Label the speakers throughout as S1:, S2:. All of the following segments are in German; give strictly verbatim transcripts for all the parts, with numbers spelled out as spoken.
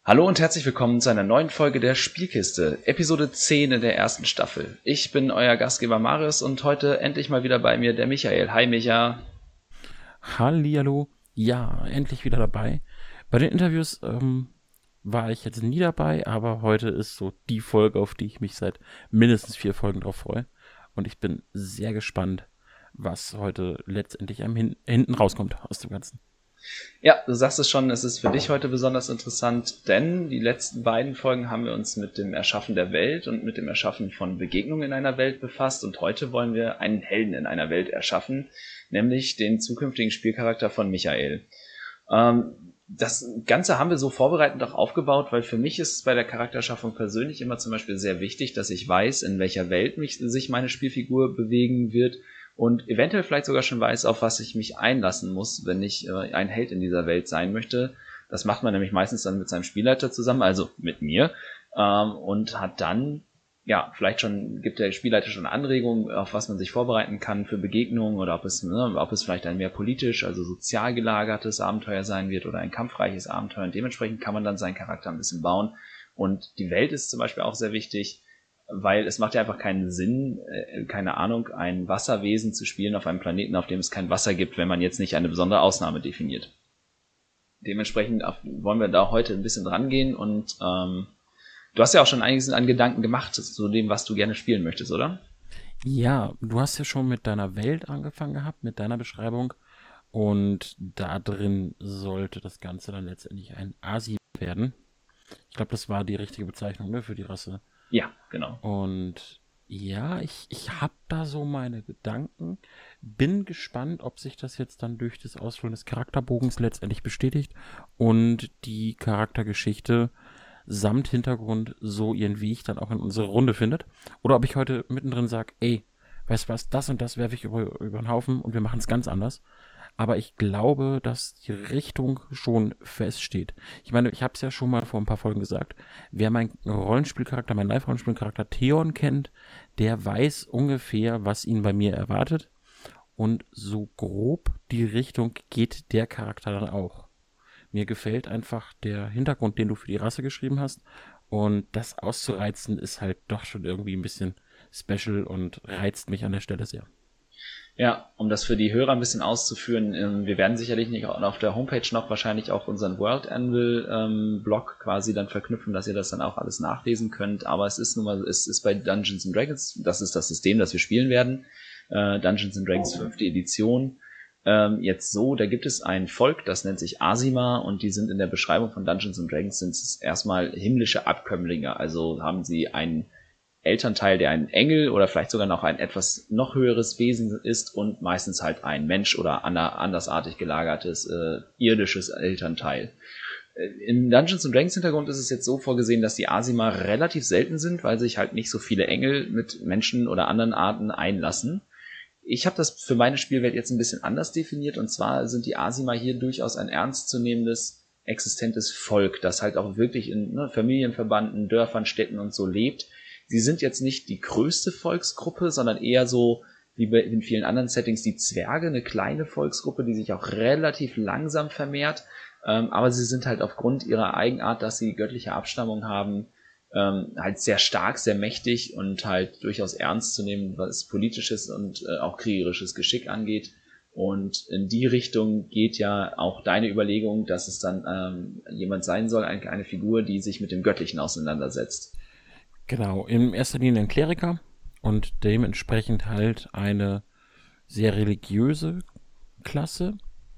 S1: Hallo und herzlich willkommen zu einer neuen Folge der Spielkiste, Episode zehn in der ersten Staffel. Ich bin euer Gastgeber Marius und heute endlich mal wieder bei mir der Michael. Hi Micha.
S2: Hallihallo. Ja, endlich wieder dabei. Bei den Interviews ähm, war ich jetzt nie dabei, aber heute ist so die Folge, auf die ich mich seit mindestens vier Folgen drauf freue. Und ich bin sehr gespannt, was heute letztendlich am hin hinten rauskommt aus dem Ganzen.
S1: Ja, du sagst es schon, es ist für dich heute besonders interessant, denn die letzten beiden Folgen haben wir uns mit dem Erschaffen der Welt und mit dem Erschaffen von Begegnungen in einer Welt befasst und heute wollen wir einen Helden in einer Welt erschaffen, nämlich den zukünftigen Spielcharakter von Michael. Ähm, das Ganze haben wir so vorbereitend auch aufgebaut, weil für mich ist es bei der Charakterschaffung persönlich immer zum Beispiel sehr wichtig, dass ich weiß, in welcher Welt mich, sich meine Spielfigur bewegen wird und eventuell vielleicht sogar schon weiß, auf was ich mich einlassen muss, wenn ich äh, ein Held in dieser Welt sein möchte. Das macht man nämlich meistens dann mit seinem Spielleiter zusammen, also mit mir, ähm, und hat dann ja, vielleicht schon gibt der Spielleiter schon Anregungen, auf was man sich vorbereiten kann für Begegnungen oder ob es, ne, ob es vielleicht ein mehr politisch, also sozial gelagertes Abenteuer sein wird oder ein kampfreiches Abenteuer. Und dementsprechend kann man dann seinen Charakter ein bisschen bauen. Und die Welt ist zum Beispiel auch sehr wichtig, weil es macht ja einfach keinen Sinn, äh, keine Ahnung, ein Wasserwesen zu spielen auf einem Planeten, auf dem es kein Wasser gibt, wenn man jetzt nicht eine besondere Ausnahme definiert. Dementsprechend wollen wir da heute ein bisschen dran gehen und ähm, du hast ja auch schon einiges an Gedanken gemacht zu dem, was du gerne spielen möchtest, oder?
S2: Ja, du hast ja schon mit deiner Welt angefangen gehabt, mit deiner Beschreibung. Und da drin sollte das Ganze dann letztendlich ein Asi werden. Ich glaube, das war die richtige Bezeichnung, ne, für die Rasse.
S1: Ja, genau.
S2: Und ja, ich, ich habe da so meine Gedanken. Bin gespannt, ob sich das jetzt dann durch das Ausfüllen des Charakterbogens letztendlich bestätigt und die Charaktergeschichte samt Hintergrund so ihren Weg dann auch in unsere Runde findet. Oder ob ich heute mittendrin sage, ey, weißt du was, das und das werfe ich über, über den Haufen und wir machen es ganz anders. Aber ich glaube, dass die Richtung schon feststeht. Ich meine, ich habe es ja schon mal vor ein paar Folgen gesagt. Wer meinen Rollenspielcharakter, meinen Live-Rollenspielcharakter Theon kennt, der weiß ungefähr, was ihn bei mir erwartet. Und so grob die Richtung geht der Charakter dann auch. Mir gefällt einfach der Hintergrund, den du für die Rasse geschrieben hast. Und das auszureizen ist halt doch schon irgendwie ein bisschen special und reizt mich an der Stelle sehr.
S1: Ja, um das für die Hörer ein bisschen auszuführen, ähm, wir werden sicherlich nicht auf der Homepage noch wahrscheinlich auch unseren World Anvil ähm, Blog quasi dann verknüpfen, dass ihr das dann auch alles nachlesen könnt. Aber es ist nun mal, es ist bei Dungeons and Dragons, das ist das System, das wir spielen werden, äh, Dungeons and Dragons fünfte Edition, ähm, jetzt so, da gibt es ein Volk, das nennt sich Asima und die sind in der Beschreibung von Dungeons and Dragons sind es erstmal himmlische Abkömmlinge, also haben sie einen Elternteil, der ein Engel oder vielleicht sogar noch ein etwas noch höheres Wesen ist und meistens halt ein Mensch oder andersartig gelagertes äh, irdisches Elternteil. In Dungeons and Dragons Hintergrund ist es jetzt so vorgesehen, dass die Asima relativ selten sind, weil sich halt nicht so viele Engel mit Menschen oder anderen Arten einlassen. Ich habe das für meine Spielwelt jetzt ein bisschen anders definiert und zwar sind die Asima hier durchaus ein ernstzunehmendes, existentes Volk, das halt auch wirklich in ne, Familienverbanden, Dörfern, Städten und so lebt. Sie sind jetzt nicht die größte Volksgruppe, sondern eher so wie bei in vielen anderen Settings die Zwerge, eine kleine Volksgruppe, die sich auch relativ langsam vermehrt. Ähm, aber sie sind halt aufgrund ihrer Eigenart, dass sie göttliche Abstammung haben, ähm, halt sehr stark, sehr mächtig und halt durchaus ernst zu nehmen, was politisches und äh, auch kriegerisches Geschick angeht. Und in die Richtung geht ja auch deine Überlegung, dass es dann ähm, jemand sein soll, eine, eine Figur, die sich mit dem Göttlichen auseinandersetzt.
S2: Genau, in erster Linie ein Kleriker und dementsprechend halt eine sehr religiöse Klasse.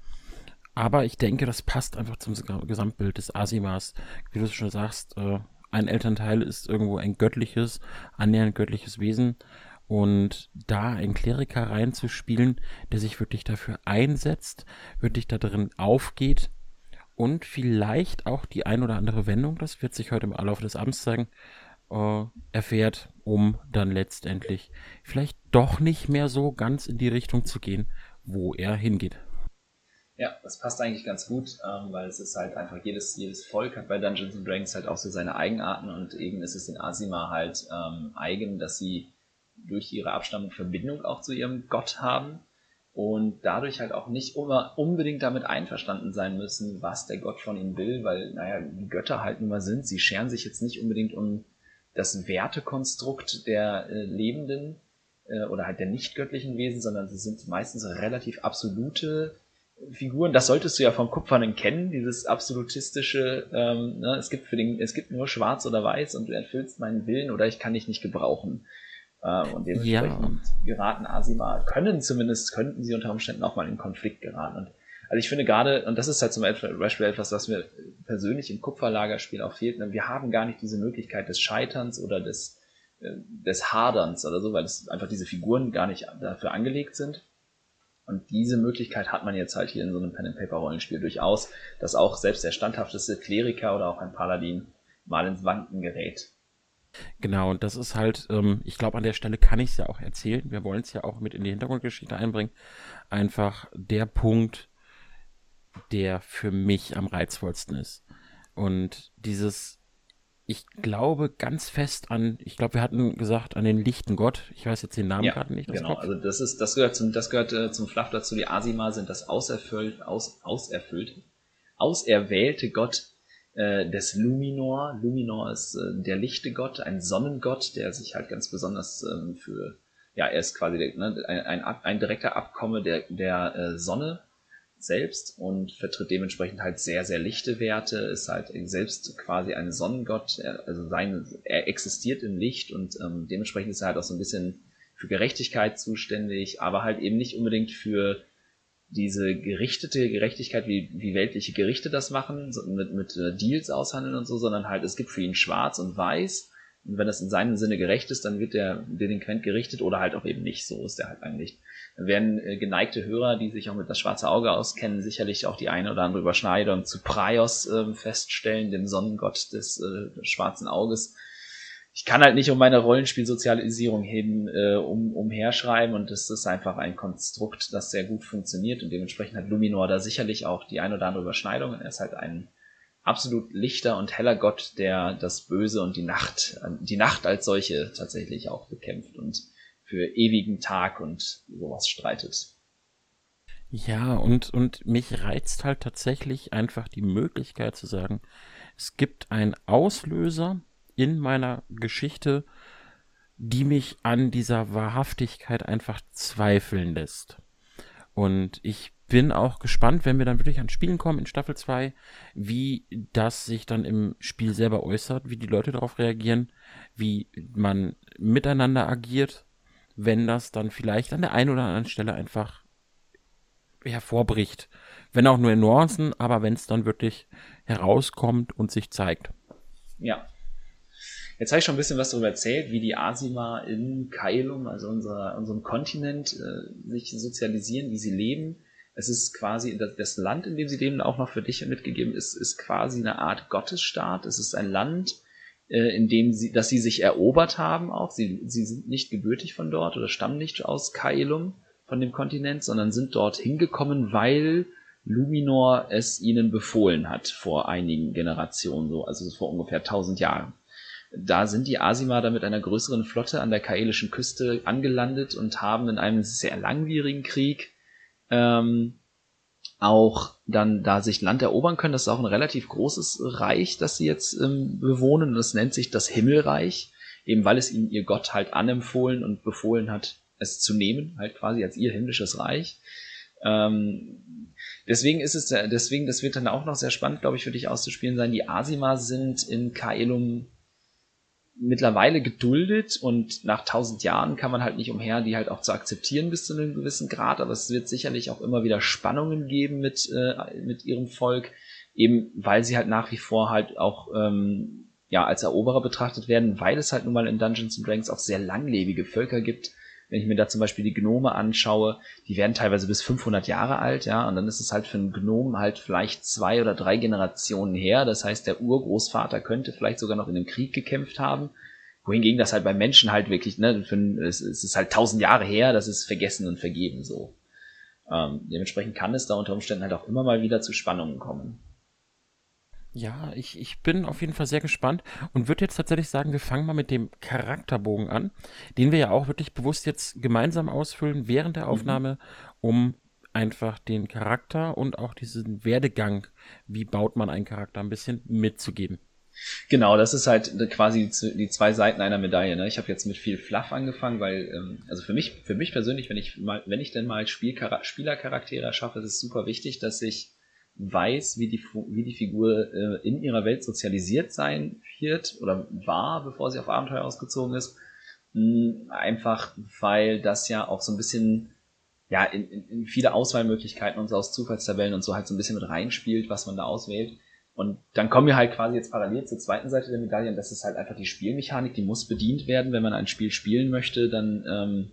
S2: Aber ich denke, das passt einfach zum Gesamtbild des Asimas. Wie du es schon sagst, äh, ein Elternteil ist irgendwo ein göttliches, annähernd göttliches Wesen. Und da einen Kleriker reinzuspielen, der sich wirklich dafür einsetzt, wirklich da drin aufgeht und vielleicht auch die ein oder andere Wendung, das wird sich heute im Laufe des Abends zeigen, äh, erfährt, um dann letztendlich vielleicht doch nicht mehr so ganz in die Richtung zu gehen, wo er hingeht.
S1: Ja, das passt eigentlich ganz gut, ähm, weil es ist halt einfach, jedes, jedes Volk hat bei Dungeons and Dragons halt auch so seine Eigenarten und eben ist es den Asima halt ähm, eigen, dass sie durch ihre Abstammung Verbindung auch zu ihrem Gott haben. und dadurch halt auch nicht immer unbedingt damit einverstanden sein müssen, was der Gott von ihnen will, weil, naja, die Götter halt nun mal sind. Sie scheren sich jetzt nicht unbedingt um das Wertekonstrukt der äh, Lebenden äh, oder halt der nicht göttlichen Wesen, sondern sie sind meistens relativ absolute Figuren. Das solltest du ja vom Kupfernen kennen, dieses absolutistische, ähm, ne, es gibt für den, es gibt nur schwarz oder weiß und du erfüllst meinen Willen oder ich kann dich nicht gebrauchen. Äh, und dementsprechend
S2: Ja.
S1: geraten Asima, können zumindest, könnten sie unter Umständen auch mal in Konflikt geraten. Und also ich finde gerade, und das ist halt zum Beispiel etwas, was mir persönlich im Kupferlagerspiel auch fehlt, ne, wir haben gar nicht diese Möglichkeit des Scheiterns oder des, äh, des Haderns oder so, weil es einfach diese Figuren gar nicht dafür angelegt sind. Und diese Möglichkeit hat man jetzt halt hier in so einem Pen-and-Paper-Rollenspiel durchaus, dass auch selbst der standhafteste Kleriker oder auch ein Paladin mal ins Wanken gerät.
S2: Genau, und das ist halt, ähm, ich glaube, an der Stelle kann ich es ja auch erzählen. Wir wollen es ja auch mit in die Hintergrundgeschichte einbringen. Einfach der Punkt, der für mich am reizvollsten ist. Und dieses, ich glaube ganz fest an, ich glaube, wir hatten gesagt, an den lichten Gott. Ich weiß jetzt den Namen
S1: Ja,
S2: gerade nicht aus
S1: genau.
S2: Kopf.
S1: Also das ist, das gehört zum, das gehört äh, zum Fluff dazu. Die Asima sind das auserfüllt, aus, auserfüllt, auserwählte Gott äh, des Luminor. Luminor ist äh, der lichte Gott, ein Sonnengott, der sich halt ganz besonders ähm, für, ja, er ist quasi der, ne, ein, ein, ein direkter Abkomme der, der äh, Sonne selbst und vertritt dementsprechend halt sehr, sehr lichte Werte, ist halt selbst quasi ein Sonnengott, er, also sein, er existiert im Licht und ähm, dementsprechend ist er halt auch so ein bisschen für Gerechtigkeit zuständig, aber halt eben nicht unbedingt für diese gerichtete Gerechtigkeit, wie, wie weltliche Gerichte das machen, so mit, mit äh, Deals aushandeln und so, sondern halt, es gibt für ihn schwarz und weiß und wenn das in seinem Sinne gerecht ist, dann wird der delinquent gerichtet oder halt auch eben nicht, so ist er halt eigentlich. Dann werden äh, geneigte Hörer, die sich auch mit das schwarze Auge auskennen, sicherlich auch die eine oder andere Überschneidung zu Praios äh, feststellen, dem Sonnengott des äh, schwarzen Auges. Ich kann halt nicht um meine Rollenspielsozialisierung hin äh, um, umherschreiben und das ist einfach ein Konstrukt, das sehr gut funktioniert und dementsprechend hat Luminor da sicherlich auch die eine oder andere Überschneidung. Er ist halt ein absolut lichter und heller Gott, der das Böse und die Nacht, die Nacht als solche tatsächlich auch bekämpft und für ewigen Tag und sowas streitet.
S2: Ja, und, und mich reizt halt tatsächlich einfach die Möglichkeit zu sagen, es gibt einen Auslöser in meiner Geschichte, die mich an dieser Wahrhaftigkeit einfach zweifeln lässt. Und ich bin auch gespannt, wenn wir dann wirklich an Spielen kommen in Staffel zwei, wie das sich dann im Spiel selber äußert, wie die Leute darauf reagieren, wie man miteinander agiert, wenn das dann vielleicht an der einen oder anderen Stelle einfach hervorbricht. Wenn auch nur in Nuancen, aber wenn es dann wirklich herauskommt und sich zeigt.
S1: Ja. Jetzt habe ich schon ein bisschen was darüber erzählt, wie die Asima in Kailum, also unserer, unserem Kontinent, äh, sich sozialisieren, wie sie leben. Es ist quasi, das, das Land, in dem sie leben, auch noch für dich mitgegeben ist, ist quasi eine Art Gottesstaat. Es ist ein Land, äh, in dem sie, dass sie sich erobert haben auch. Sie, sie sind nicht gebürtig von dort oder stammen nicht aus Kailum, von dem Kontinent, sondern sind dort hingekommen, weil Luminor es ihnen befohlen hat vor einigen Generationen, so, also vor ungefähr tausend Jahren. Da sind die Asima dann mit einer größeren Flotte an der kaelischen Küste angelandet und haben in einem sehr langwierigen Krieg ähm, auch dann da sich Land erobern können. Das ist auch ein relativ großes Reich, das sie jetzt ähm, bewohnen. Und das nennt sich das Himmelreich, eben weil es ihnen ihr Gott halt anempfohlen und befohlen hat, es zu nehmen, halt quasi als ihr himmlisches Reich. Ähm, deswegen ist es, deswegen, das wird dann auch noch sehr spannend, glaube ich, für dich auszuspielen sein. Die Asima sind in Kaelum mittlerweile geduldet und nach tausend Jahren kann man halt nicht umher, die halt auch zu akzeptieren bis zu einem gewissen Grad, aber es wird sicherlich auch immer wieder Spannungen geben mit, äh, mit ihrem Volk, eben weil sie halt nach wie vor halt auch ähm, ja, als Eroberer betrachtet werden, weil es halt nun mal in Dungeons and Dragons auch sehr langlebige Völker gibt. Wenn ich mir da zum Beispiel die Gnome anschaue, die werden teilweise bis fünfhundert Jahre alt, ja, und dann ist es halt für einen Gnom halt vielleicht zwei oder drei Generationen her. Das heißt, der Urgroßvater könnte vielleicht sogar noch in einem Krieg gekämpft haben. Wohingegen das halt bei Menschen halt wirklich, ne, für ein, es, es ist halt tausend Jahre her, das ist vergessen und vergeben so. Ähm, dementsprechend kann es da unter Umständen halt auch immer mal wieder zu Spannungen kommen.
S2: Ja, ich, ich bin auf jeden Fall sehr gespannt und würde jetzt tatsächlich sagen, wir fangen mal mit dem Charakterbogen an, den wir ja auch wirklich bewusst jetzt gemeinsam ausfüllen während der
S1: Mhm.
S2: Aufnahme, um einfach den Charakter und auch diesen Werdegang, wie baut man einen Charakter, ein bisschen mitzugeben.
S1: Genau, das ist halt quasi die zwei Seiten einer Medaille. Ne? Ich habe jetzt mit viel Fluff angefangen, weil, ähm, also für mich, für mich persönlich, wenn ich mal, wenn ich denn mal Spielchara- Spielercharaktere schaffe, ist es super wichtig, dass ich weiß, wie die, Fu- wie die Figur äh, in ihrer Welt sozialisiert sein wird oder war, bevor sie auf Abenteuer ausgezogen ist. Mh, einfach, weil das ja auch so ein bisschen ja, in, in, in viele Auswahlmöglichkeiten und so aus Zufallstabellen und so halt so ein bisschen mit reinspielt, was man da auswählt. Und dann kommen wir halt quasi jetzt parallel zur zweiten Seite der Medaille und das ist halt einfach die Spielmechanik, die muss bedient werden, wenn man ein Spiel spielen möchte, dann, ähm,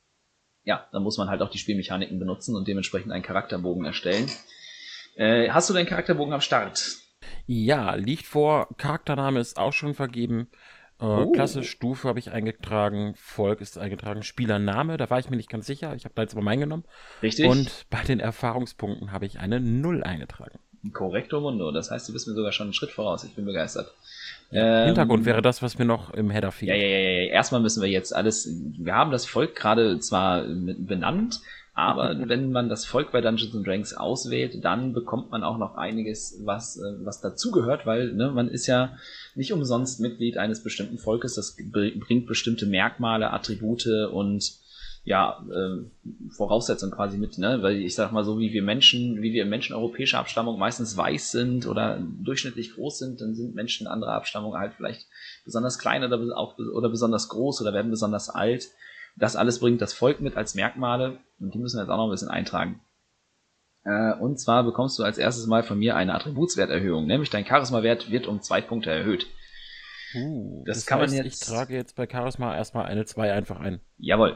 S1: ja, dann muss man halt auch die Spielmechaniken benutzen und dementsprechend einen Charakterbogen erstellen. Äh, hast du deinen Charakterbogen am Start?
S2: Ja, liegt vor, Charaktername ist auch schon vergeben. Äh, Klasse,
S1: Oh,
S2: Stufe habe ich eingetragen, Volk ist eingetragen, Spielername, da war ich mir nicht ganz sicher, ich habe da jetzt aber meinen genommen.
S1: richtig.
S2: Und bei den Erfahrungspunkten habe ich eine Null eingetragen.
S1: Korrekto Mundo. Das heißt, du bist mir sogar schon einen Schritt voraus. Ich bin begeistert.
S2: Ja, Hintergrund wäre
S1: Ähm,
S2: das, was mir noch im Header
S1: Ja, ja,
S2: fehlt.
S1: ja, ja. Erstmal müssen wir jetzt alles. Wir haben das Volk gerade zwar benannt, aber wenn man das Volk bei Dungeons and Dragons auswählt, dann bekommt man auch noch einiges, was, äh, was dazugehört, weil ne, man ist ja nicht umsonst Mitglied eines bestimmten Volkes. Das bringt bestimmte Merkmale, Attribute und ja, äh, Voraussetzungen quasi mit, ne? Weil ich sag mal so, wie wir Menschen, wie wir Menschen europäischer Abstammung meistens weiß sind oder durchschnittlich groß sind, dann sind Menschen anderer Abstammung halt vielleicht besonders klein oder auch oder besonders groß oder werden besonders alt. Das alles bringt das Volk mit als Merkmale und die müssen wir jetzt auch noch ein bisschen eintragen. Äh, und zwar bekommst du als erstes mal von mir eine Attributswerterhöhung, nämlich dein Charisma-Wert wird um zwei Punkte erhöht.
S2: Uh,
S1: Das
S2: das
S1: kann man
S2: heißt, ich
S1: jetzt.
S2: trage jetzt bei Charisma erstmal eine zwei einfach ein.
S1: Jawohl.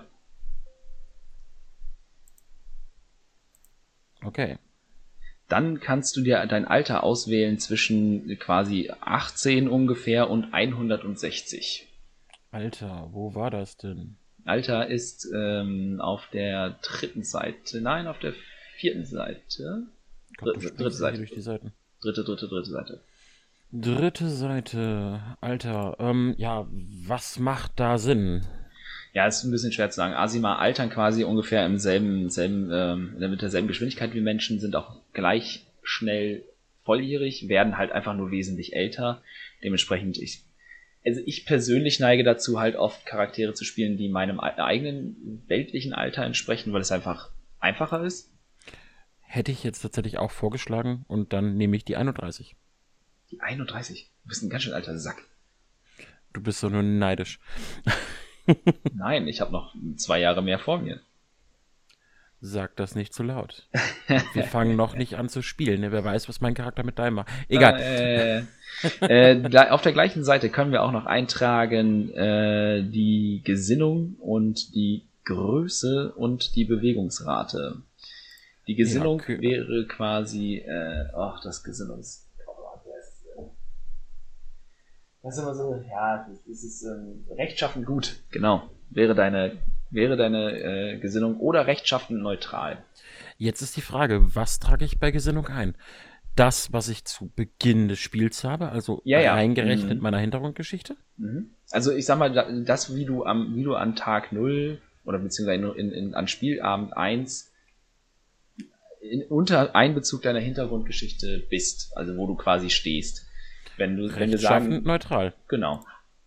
S2: Okay.
S1: Dann kannst du dir dein Alter auswählen zwischen quasi achtzehn ungefähr und hundertsechzig.
S2: Alter, wo war das denn?
S1: Alter ist ähm, auf der dritten Seite, nein, auf der vierten Seite.
S2: Gott, du
S1: Dritte, dritte
S2: springst ja hier
S1: Seite.
S2: durch die Seiten.
S1: Dritte, dritte, dritte Seite.
S2: Dritte Seite. Alter, ähm, ja, was macht da Sinn?
S1: Ja, ist ein bisschen schwer zu sagen. Asima altern quasi ungefähr im selben, selben, ähm, mit derselben Geschwindigkeit wie Menschen, sind auch gleich schnell volljährig, werden halt einfach nur wesentlich älter. Dementsprechend, ich, also ich persönlich neige dazu, halt oft Charaktere zu spielen, die meinem eigenen weltlichen Alter entsprechen, weil es einfach einfacher ist.
S2: Hätte ich jetzt tatsächlich auch vorgeschlagen und dann nehme ich die einunddreißig.
S1: Die einunddreißig. Du bist ein ganz schön alter Sack.
S2: Du bist so nur neidisch.
S1: Nein, ich habe noch zwei Jahre mehr vor mir.
S2: Sag das nicht zu laut. Wir fangen noch nicht an zu spielen. Ne? Wer weiß, was mein Charakter mit deinem macht. Egal.
S1: Äh, äh, auf der gleichen Seite können wir auch noch eintragen äh, die Gesinnung und die Größe und die Bewegungsrate. Die
S2: Ja,
S1: Gesinnung
S2: okay.
S1: wäre quasi, äh, ach, das Gesinnungs... Das ist immer so, ja, das ist ähm, rechtschaffend gut. Genau. Wäre deine, wäre deine äh, Gesinnung oder rechtschaffend neutral.
S2: Jetzt ist die Frage, was trage ich bei Gesinnung ein? Das, was ich zu Beginn des Spiels habe, also
S1: Ja, ja.
S2: reingerechnet
S1: Mhm.
S2: meiner Hintergrundgeschichte?
S1: Mhm. Also ich sag mal, das, wie du am, wie du an Tag null oder beziehungsweise in, in, an Spielabend eins in, unter Einbezug deiner Hintergrundgeschichte bist, also wo du quasi stehst. Wenn du, wenn wir
S2: Rechtschaffend
S1: sagen,
S2: neutral.
S1: genau.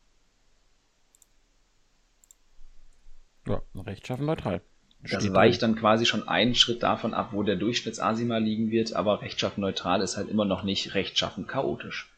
S2: Ja, rechtschaffend neutral.
S1: Das
S2: Steht
S1: weicht
S2: drin.
S1: dann quasi schon einen Schritt davon ab, wo der Durchschnittsasima liegen wird, aber rechtschaffend neutral ist halt immer noch nicht rechtschaffend chaotisch.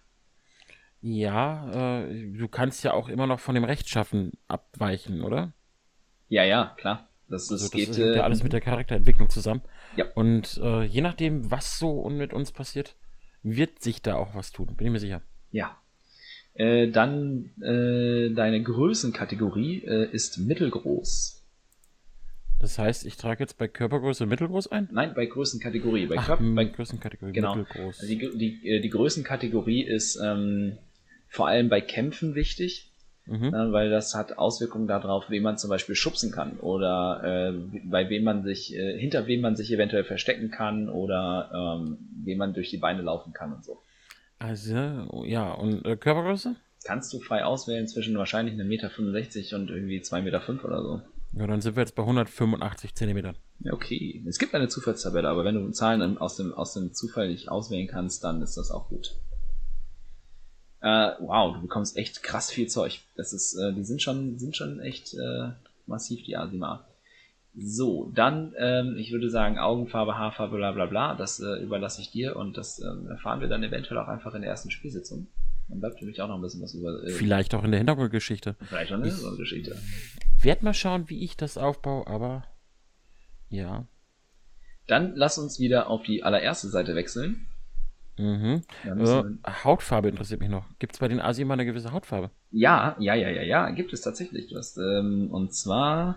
S2: Ja, äh, du kannst ja auch immer noch von dem Rechtschaffen abweichen, oder?
S1: Ja, ja, klar. Das,
S2: Also
S1: das
S2: das
S1: geht.
S2: hängt ja
S1: Äh,
S2: alles mit
S1: mhm.
S2: der Charakterentwicklung zusammen.
S1: Ja.
S2: Und äh, je nachdem, was so mit uns passiert, wird sich da auch was tun, bin ich mir sicher.
S1: Ja. Äh, dann äh, deine Größenkategorie äh, ist mittelgroß.
S2: Das heißt, ich trage jetzt bei Körpergröße mittelgroß ein?
S1: Nein, bei Größenkategorie. Bei
S2: Ach,
S1: Körper, bei,
S2: Größenkategorie
S1: genau.
S2: mittelgroß.
S1: Also die, die, äh, die Größenkategorie ist ähm, vor allem bei Kämpfen wichtig,
S2: Mhm.
S1: ne, weil das hat Auswirkungen darauf, wen man zum Beispiel schubsen kann oder äh, bei wem man sich, äh, hinter wem man sich eventuell verstecken kann oder ähm, wem man durch die Beine laufen kann und so.
S2: Also, ja, und äh, Körpergröße?
S1: Kannst du frei auswählen zwischen wahrscheinlich einem Meter fünfundsechzig und irgendwie zwei Meter fünf oder so.
S2: Ja, dann sind wir jetzt bei hundertfünfundachtzig Zentimetern.
S1: Ja, okay. Es gibt eine Zufallstabelle, aber wenn du Zahlen aus dem, aus dem Zufall nicht auswählen kannst, dann ist das auch gut. Äh, wow, du bekommst echt krass viel Zeug. Das ist, äh, die sind schon, sind schon echt äh, massiv, die Asima. So, dann, ähm, ich würde sagen, Augenfarbe, Haarfarbe, bla bla bla, das äh, überlasse ich dir und das ähm, erfahren wir dann eventuell auch einfach in der ersten Spielsitzung. Dann bleibt für mich auch noch ein bisschen was über. Äh,
S2: Vielleicht auch in der Hintergrundgeschichte.
S1: Vielleicht auch eine Hintergrundgeschichte.
S2: Werd mal schauen, wie ich das aufbaue, aber ja.
S1: Dann lass uns wieder auf die allererste Seite wechseln.
S2: Mhm. Äh, Hautfarbe interessiert mich noch. Gibt es bei den Asima eine gewisse Hautfarbe?
S1: Ja, ja, ja, ja, ja, gibt es tatsächlich. Du hast, ähm, und zwar.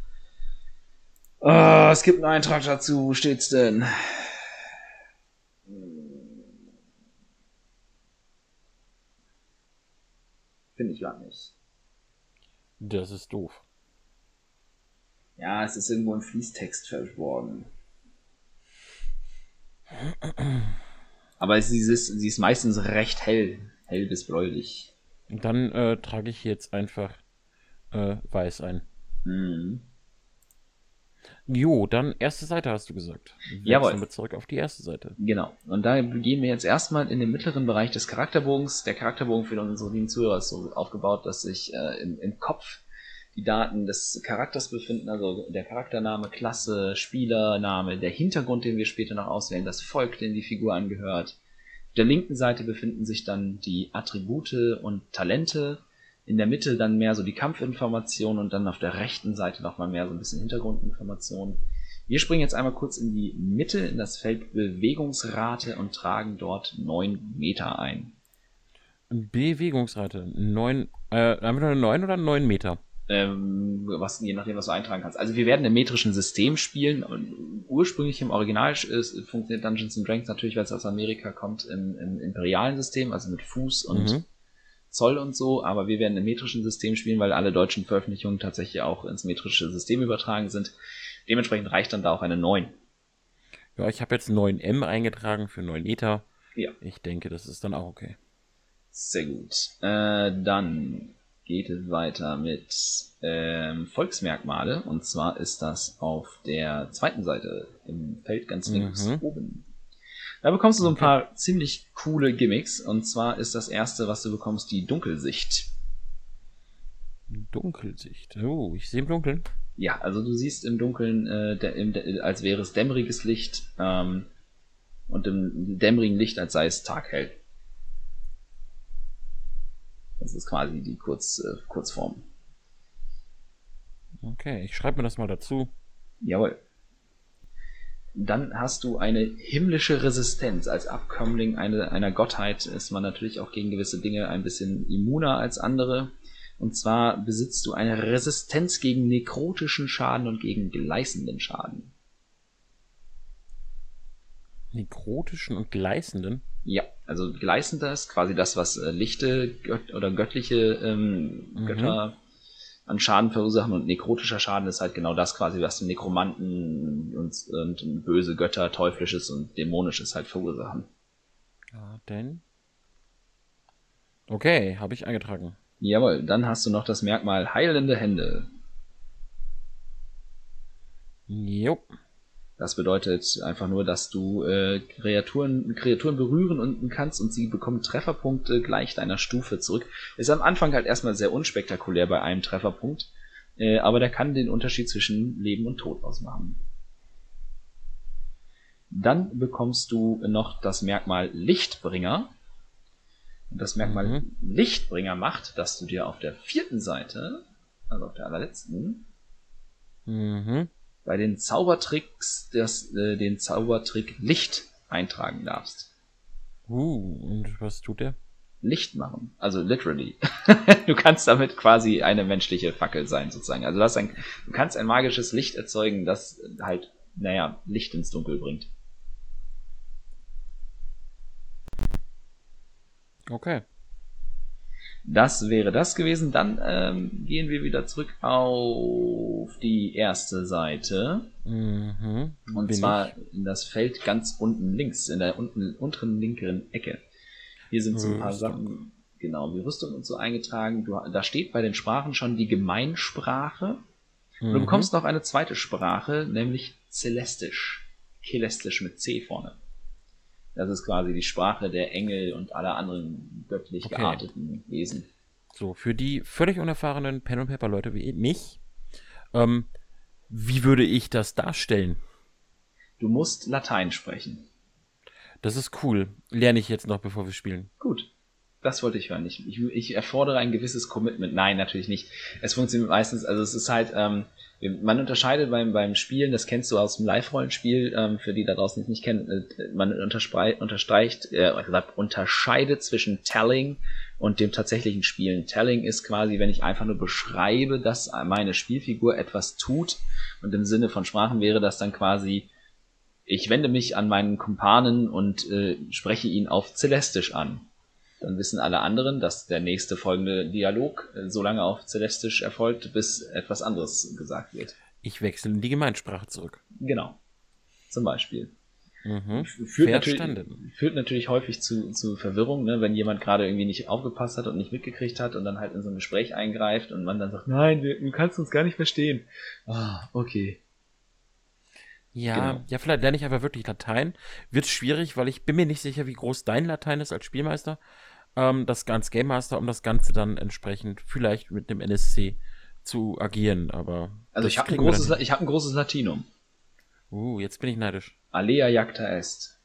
S1: Oh, es gibt einen Eintrag dazu. Wo steht's denn? Finde ich gar nicht.
S2: Das ist doof.
S1: Ja, es ist irgendwo im Fließtext verborgen. Aber sie ist, sie ist meistens recht hell. Hell bis bläulich.
S2: Und dann äh, trage ich jetzt einfach äh, weiß ein.
S1: Mhm.
S2: Jo, dann erste Seite hast du gesagt.
S1: Jawohl.
S2: Wir zurück auf die erste Seite.
S1: Genau. Und da gehen wir jetzt erstmal in den mittleren Bereich des Charakterbogens. Der Charakterbogen für unsere lieben Zuhörer ist so aufgebaut, dass sich äh, im, im Kopf die Daten des Charakters befinden, also der Charaktername, Klasse, Spielername, der Hintergrund, den wir später noch auswählen, das Volk, dem die Figur angehört. Auf der linken Seite befinden sich dann die Attribute und Talente. In der Mitte dann mehr so die Kampfinformation und dann auf der rechten Seite nochmal mehr so ein bisschen Hintergrundinformation. Wir springen jetzt einmal kurz in die Mitte, in das Feld Bewegungsrate und tragen dort neun Meter ein.
S2: Bewegungsrate, neun, äh, haben wir noch eine neun oder neun Meter?
S1: Ähm, was, je nachdem, was du eintragen kannst. Also wir werden im metrischen System spielen. Und ursprünglich im Original ist, funktioniert Dungeons and Dragons natürlich, weil es aus Amerika kommt, im, im imperialen System, also mit Fuß und mhm. Zoll und so, aber wir werden im metrischen System spielen, weil alle deutschen Veröffentlichungen tatsächlich auch ins metrische System übertragen sind. Dementsprechend reicht dann da auch eine neun.
S2: Ja, ich habe jetzt neun M eingetragen für neun Meter.
S1: Ja.
S2: Ich denke, das ist dann auch okay.
S1: Sehr gut. Äh, dann geht es weiter mit ähm, Volksmerkmale. Und zwar ist das auf der zweiten Seite im Feld ganz links mhm. oben. Da bekommst du so ein okay. paar ziemlich coole Gimmicks. Und zwar ist das erste, was du bekommst, die Dunkelsicht.
S2: Dunkelsicht. Oh, ich sehe im Dunkeln.
S1: Ja, also du siehst im Dunkeln, äh, der, im, der, als wäre es dämmeriges Licht ähm, und im dämmerigen Licht, als sei es taghell. Das ist quasi die Kurz, äh, Kurzform.
S2: Okay, ich schreibe mir das mal dazu.
S1: Jawohl. Dann hast du eine himmlische Resistenz. Als Abkömmling eine, einer Gottheit ist man natürlich auch gegen gewisse Dinge ein bisschen immuner als andere. Und zwar besitzt du eine Resistenz gegen nekrotischen Schaden und gegen gleißenden Schaden.
S2: Nekrotischen und gleißenden?
S1: Ja, also gleißender ist quasi das, was äh, lichte Gött oder göttliche ähm, mhm. Götter an Schaden verursachen, und nekrotischer Schaden ist halt genau das quasi, was die Nekromanten und, und böse Götter, teuflisches und dämonisches halt verursachen.
S2: Ja, denn? Okay, habe ich eingetragen.
S1: Jawohl, dann hast du noch das Merkmal heilende Hände.
S2: Jo.
S1: Das bedeutet einfach nur, dass du äh, Kreaturen, Kreaturen berühren und kannst und sie bekommen Trefferpunkte gleich deiner Stufe zurück. Ist am Anfang halt erstmal sehr unspektakulär bei einem Trefferpunkt, äh, aber der kann den Unterschied zwischen Leben und Tod ausmachen. Dann bekommst du noch das Merkmal Lichtbringer. Und das Merkmal mhm. Lichtbringer macht, dass du dir auf der vierten Seite, also auf der allerletzten,
S2: mhm.
S1: bei den Zaubertricks das, äh, den Zaubertrick Licht eintragen darfst.
S2: Uh, und was tut der?
S1: Licht machen, also literally. Du kannst damit quasi eine menschliche Fackel sein, sozusagen. Also du, hast ein, du kannst ein magisches Licht erzeugen, das halt, naja, Licht ins Dunkel bringt.
S2: Okay.
S1: Das wäre das gewesen. Dann ähm, gehen wir wieder zurück auf die erste Seite.
S2: Mhm.
S1: Und
S2: Bin
S1: zwar
S2: ich?
S1: in das Feld ganz unten links, in der unten, unteren linkeren Ecke. Hier sind so ein paar
S2: Rüstung.
S1: Sachen, genau, wie Rüstung und so eingetragen. Du, da steht bei den Sprachen schon die Gemeinsprache. Und du
S2: Mhm.
S1: bekommst noch eine zweite Sprache, nämlich Celestisch. Celestisch mit C vorne. Das ist quasi die Sprache der Engel und aller anderen göttlich
S2: Okay.
S1: gearteten Wesen.
S2: So, für die völlig unerfahrenen Pen and Paper Leute wie mich, ähm, wie würde ich das darstellen?
S1: Du musst Latein sprechen.
S2: Das ist cool. Lerne ich jetzt noch, bevor wir spielen.
S1: Gut. Das wollte ich hören. Ich, ich, ich erfordere ein gewisses Commitment. Nein, natürlich nicht. Es funktioniert meistens, also es ist halt, ähm, man unterscheidet beim, beim Spielen, das kennst du aus dem Live-Rollenspiel, ähm, für die da draußen es nicht kennen, äh, man unterstreicht, äh, unterscheidet zwischen Telling und dem tatsächlichen Spielen. Telling ist quasi, wenn ich einfach nur beschreibe, dass meine Spielfigur etwas tut, und im Sinne von Sprachen wäre das dann quasi, ich wende mich an meinen Kumpanen und äh, spreche ihn auf Celestisch an. Dann wissen alle anderen, dass der nächste folgende Dialog äh, so lange auf Celestisch erfolgt, bis etwas anderes gesagt wird.
S2: Ich wechsle in die Gemeinsprache zurück.
S1: Genau. Zum Beispiel.
S2: Mhm.
S1: Führt, natürlich,
S2: Verstanden.
S1: führt natürlich häufig zu, zu Verwirrung, ne? Wenn jemand gerade irgendwie nicht aufgepasst hat und nicht mitgekriegt hat und dann halt in so ein Gespräch eingreift und man dann sagt, nein, wir, du kannst uns gar nicht verstehen. Ah, okay.
S2: Ja,
S1: Genau.
S2: ja, vielleicht lerne ich einfach wirklich Latein. Wird schwierig, weil ich bin mir nicht sicher, wie groß dein Latein ist als Spielmeister. Ähm, das als Game Master, um das Ganze dann entsprechend vielleicht mit dem N S C zu agieren, aber
S1: Also
S2: das
S1: ich habe ein,
S2: kriegen wir dann
S1: großes
S2: hin.
S1: La- ich hab ein großes Latinum.
S2: Uh, jetzt bin ich neidisch.
S1: Alea jacta est.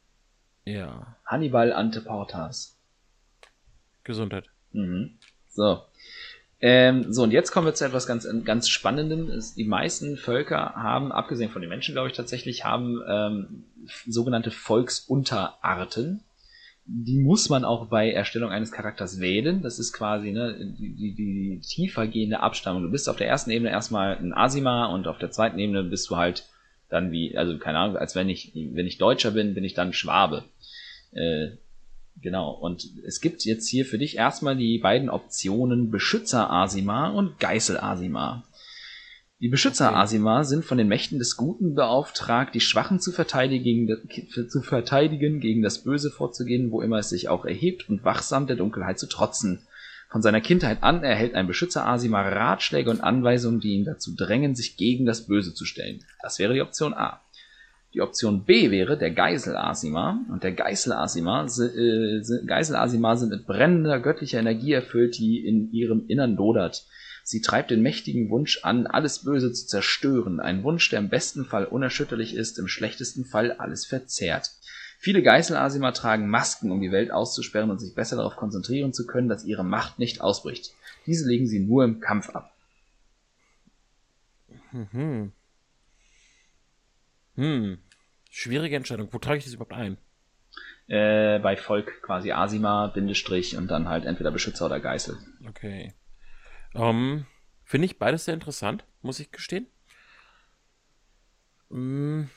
S2: Ja,
S1: Hannibal ante portas.
S2: Gesundheit.
S1: Mhm. So. Ähm, so, und jetzt kommen wir zu etwas ganz, ganz Spannendem. Es- Die meisten Völker haben, abgesehen von den Menschen, glaube ich, tatsächlich, haben ähm, sogenannte Volksunterarten. Die muss man auch bei Erstellung eines Charakters wählen. Das ist quasi ne, die, die, die tiefer gehende Abstammung. Du bist auf der ersten Ebene erstmal ein Asima und auf der zweiten Ebene bist du halt dann wie, also keine Ahnung, als wenn ich, wenn ich Deutscher bin, bin ich dann Schwabe. Äh, genau. Und es gibt jetzt hier für dich erstmal die beiden Optionen Beschützer-Asima und Geißel-Asima. Die Beschützer-Asima sind von den Mächten des Guten beauftragt, die Schwachen zu verteidigen, zu verteidigen, gegen das Böse vorzugehen, wo immer es sich auch erhebt, und wachsam der Dunkelheit zu trotzen. Von seiner Kindheit an erhält ein Beschützer-Asima Ratschläge und Anweisungen, die ihn dazu drängen, sich gegen das Böse zu stellen. Das wäre die Option A. Die Option B wäre der Geißel-Asima. Und der Geißel-Asima, äh, Geißel-Asima sind mit brennender göttlicher Energie erfüllt, die in ihrem Innern lodert. Sie treibt den mächtigen Wunsch an, alles Böse zu zerstören. Ein Wunsch, der im besten Fall unerschütterlich ist, im schlechtesten Fall alles verzehrt. Viele Geißel-Asima tragen Masken, um die Welt auszusperren und sich besser darauf konzentrieren zu können, dass ihre Macht nicht ausbricht. Diese legen sie nur im Kampf ab.
S2: Mhm. Hm. Schwierige Entscheidung. Wo trage ich das überhaupt ein?
S1: Äh, bei Volk quasi Asima, Bindestrich und dann halt entweder Beschützer oder Geißel.
S2: Okay. Ähm, finde ich beides sehr interessant, muss ich gestehen. Hm.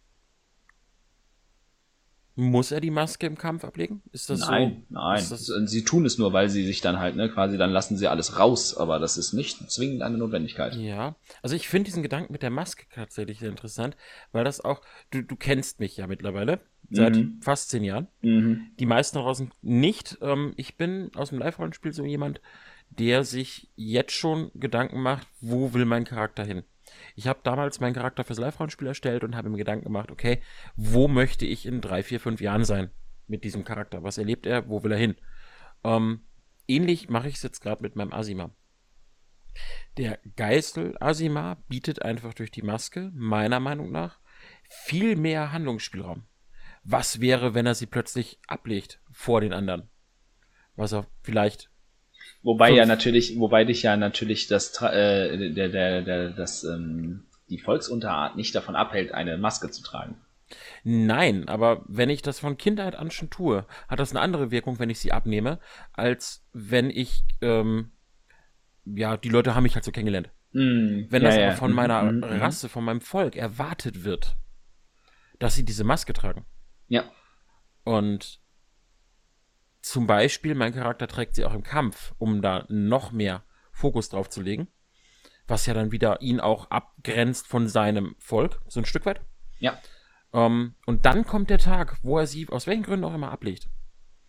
S2: Muss er die Maske im Kampf ablegen? Ist das
S1: Nein,
S2: so?
S1: nein.
S2: Ist das,
S1: Sie tun es nur, weil sie sich dann halt, ne, quasi, dann lassen sie alles raus, aber das ist nicht zwingend eine Notwendigkeit.
S2: ja. Also ich finde diesen Gedanken mit der Maske tatsächlich sehr interessant, weil das auch, du, du kennst mich ja mittlerweile seit
S1: Mhm.
S2: fast zehn Jahren.
S1: Mhm.
S2: Die meisten draußen nicht. Ähm, ich bin aus dem Live-Rollenspiel so jemand, der sich jetzt schon Gedanken macht, wo will mein Charakter hin? Ich habe damals meinen Charakter fürs Live-Rollenspiel erstellt und habe mir Gedanken gemacht, okay, wo möchte ich in drei, vier, fünf Jahren sein mit diesem Charakter? Was erlebt er? Wo will er hin? Ähm, ähnlich mache ich es jetzt gerade mit meinem Asima. Der Geißel Asima bietet einfach durch die Maske, meiner Meinung nach, viel mehr Handlungsspielraum. Was wäre, wenn er sie plötzlich ablegt vor den anderen? Was er vielleicht
S1: Wobei
S2: Fünf.
S1: ja natürlich, wobei dich ja natürlich das, Tra- äh, der, der, der, das, ähm, die Volksunterart nicht davon abhält, eine Maske zu tragen.
S2: Nein, aber wenn ich das von Kindheit an schon tue, hat das eine andere Wirkung, wenn ich sie abnehme, als wenn ich, ähm, ja, die Leute haben mich halt so kennengelernt.
S1: Mm,
S2: Wenn
S1: ja,
S2: das
S1: ja.
S2: aber von
S1: Mhm,
S2: meiner
S1: mhm, mhm.
S2: Rasse, von meinem Volk erwartet wird, dass sie diese Maske tragen.
S1: Ja.
S2: Und zum Beispiel, mein Charakter trägt sie auch im Kampf, um da noch mehr Fokus drauf zu legen, was ja dann wieder ihn auch abgrenzt von seinem Volk, so ein Stück weit.
S1: Ja.
S2: Ähm, und dann kommt der Tag, wo er sie aus welchen Gründen auch immer ablegt.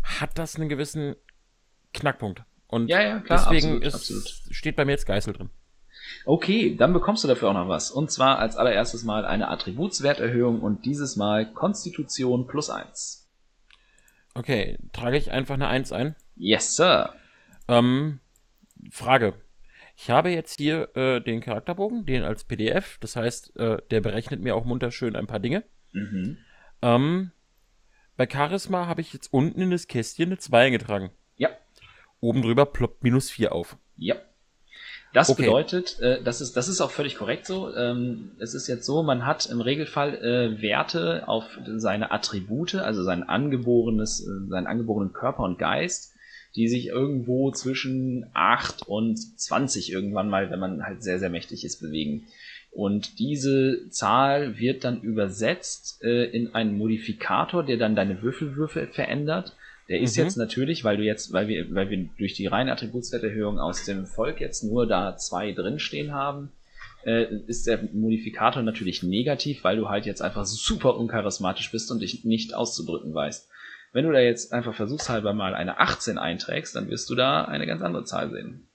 S2: hat das einen gewissen Knackpunkt. Und
S1: ja, ja, klar,
S2: deswegen
S1: absolut,
S2: ist,
S1: absolut.
S2: steht bei mir jetzt Geißel drin.
S1: Okay, dann bekommst du dafür auch noch was. Und zwar als allererstes mal eine Attributswerterhöhung und dieses Mal Konstitution plus eins.
S2: Okay, trage ich einfach eine eins ein?
S1: Yes, Sir.
S2: Ähm, Frage. Ich habe jetzt hier äh, den Charakterbogen, den als P D F. Das heißt, äh, der berechnet mir auch munter schön ein paar Dinge.
S1: Mhm.
S2: Ähm, bei Charisma habe ich jetzt unten in das Kästchen eine zwei eingetragen.
S1: Ja.
S2: Oben drüber ploppt minus vier auf.
S1: Ja. Das
S2: Okay.
S1: bedeutet, äh, das ist, das ist auch völlig korrekt so. Ähm, es ist jetzt so, man hat im Regelfall äh, Werte auf seine Attribute, also sein angeborenes, äh, seinen angeborenen Körper und Geist, die sich irgendwo zwischen acht und zwanzig irgendwann mal, wenn man halt sehr, sehr mächtig ist, bewegen. Und diese Zahl wird dann übersetzt äh, in einen Modifikator, der dann deine Würfelwürfe verändert. Der ist
S2: Mhm.
S1: jetzt natürlich, weil du jetzt, weil wir, weil wir durch die reine Attributswerterhöhung aus dem Volk jetzt nur da zwei drinstehen haben, äh, ist der Modifikator natürlich negativ, weil du halt jetzt einfach super uncharismatisch bist und dich nicht auszudrücken weißt. Wenn du da jetzt einfach versuchshalber mal eine achtzehn einträgst, dann wirst du da eine ganz andere Zahl sehen.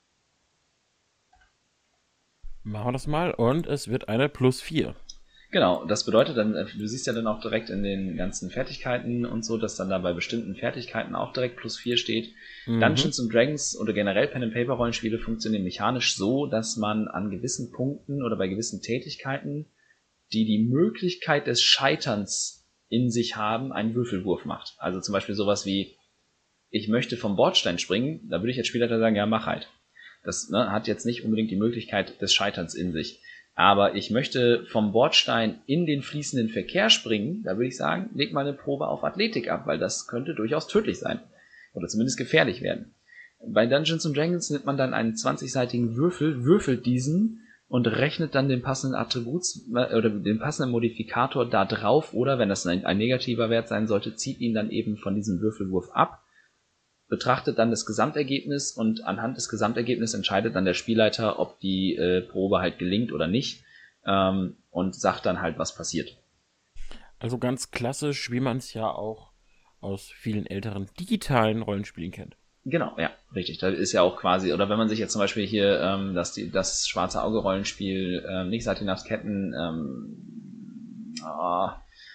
S2: Machen wir das mal und es wird eine plus vier.
S1: Genau, das bedeutet dann, du siehst ja dann auch direkt in den ganzen Fertigkeiten und so, dass dann da bei bestimmten Fertigkeiten auch direkt plus vier steht.
S2: Mhm.
S1: Dungeons and Dragons oder generell Pen-and-Paper-Rollenspiele funktionieren mechanisch so, dass man an gewissen Punkten oder bei gewissen Tätigkeiten, die die Möglichkeit des Scheiterns in sich haben, einen Würfelwurf macht. Also zum Beispiel sowas wie, ich möchte vom Bordstein springen, da würde ich als Spielleiter sagen, ja, mach halt. Das ne, hat jetzt nicht unbedingt die Möglichkeit des Scheiterns in sich. Aber ich möchte vom Bordstein in den fließenden Verkehr springen, da würde ich sagen, leg mal eine Probe auf Athletik ab, weil das könnte durchaus tödlich sein. Oder zumindest gefährlich werden. Bei Dungeons and Dragons nimmt man dann einen zwanzigseitigen Würfel, würfelt diesen und rechnet dann den passenden Attributs oder den passenden Modifikator da drauf, oder wenn das ein, ein negativer Wert sein sollte, zieht ihn dann eben von diesem Würfelwurf ab, betrachtet dann das Gesamtergebnis und anhand des Gesamtergebnisses entscheidet dann der Spielleiter, ob die äh, Probe halt gelingt oder nicht, ähm, und sagt dann halt, was passiert.
S2: Also ganz klassisch, wie man es ja auch aus vielen älteren digitalen Rollenspielen kennt.
S1: Genau, ja, richtig. Da ist ja auch quasi, oder wenn man sich jetzt zum Beispiel hier ähm, das, die, das Schwarze Auge-Rollenspiel, ähm, nicht Satinaps Ketten, ähm, oh,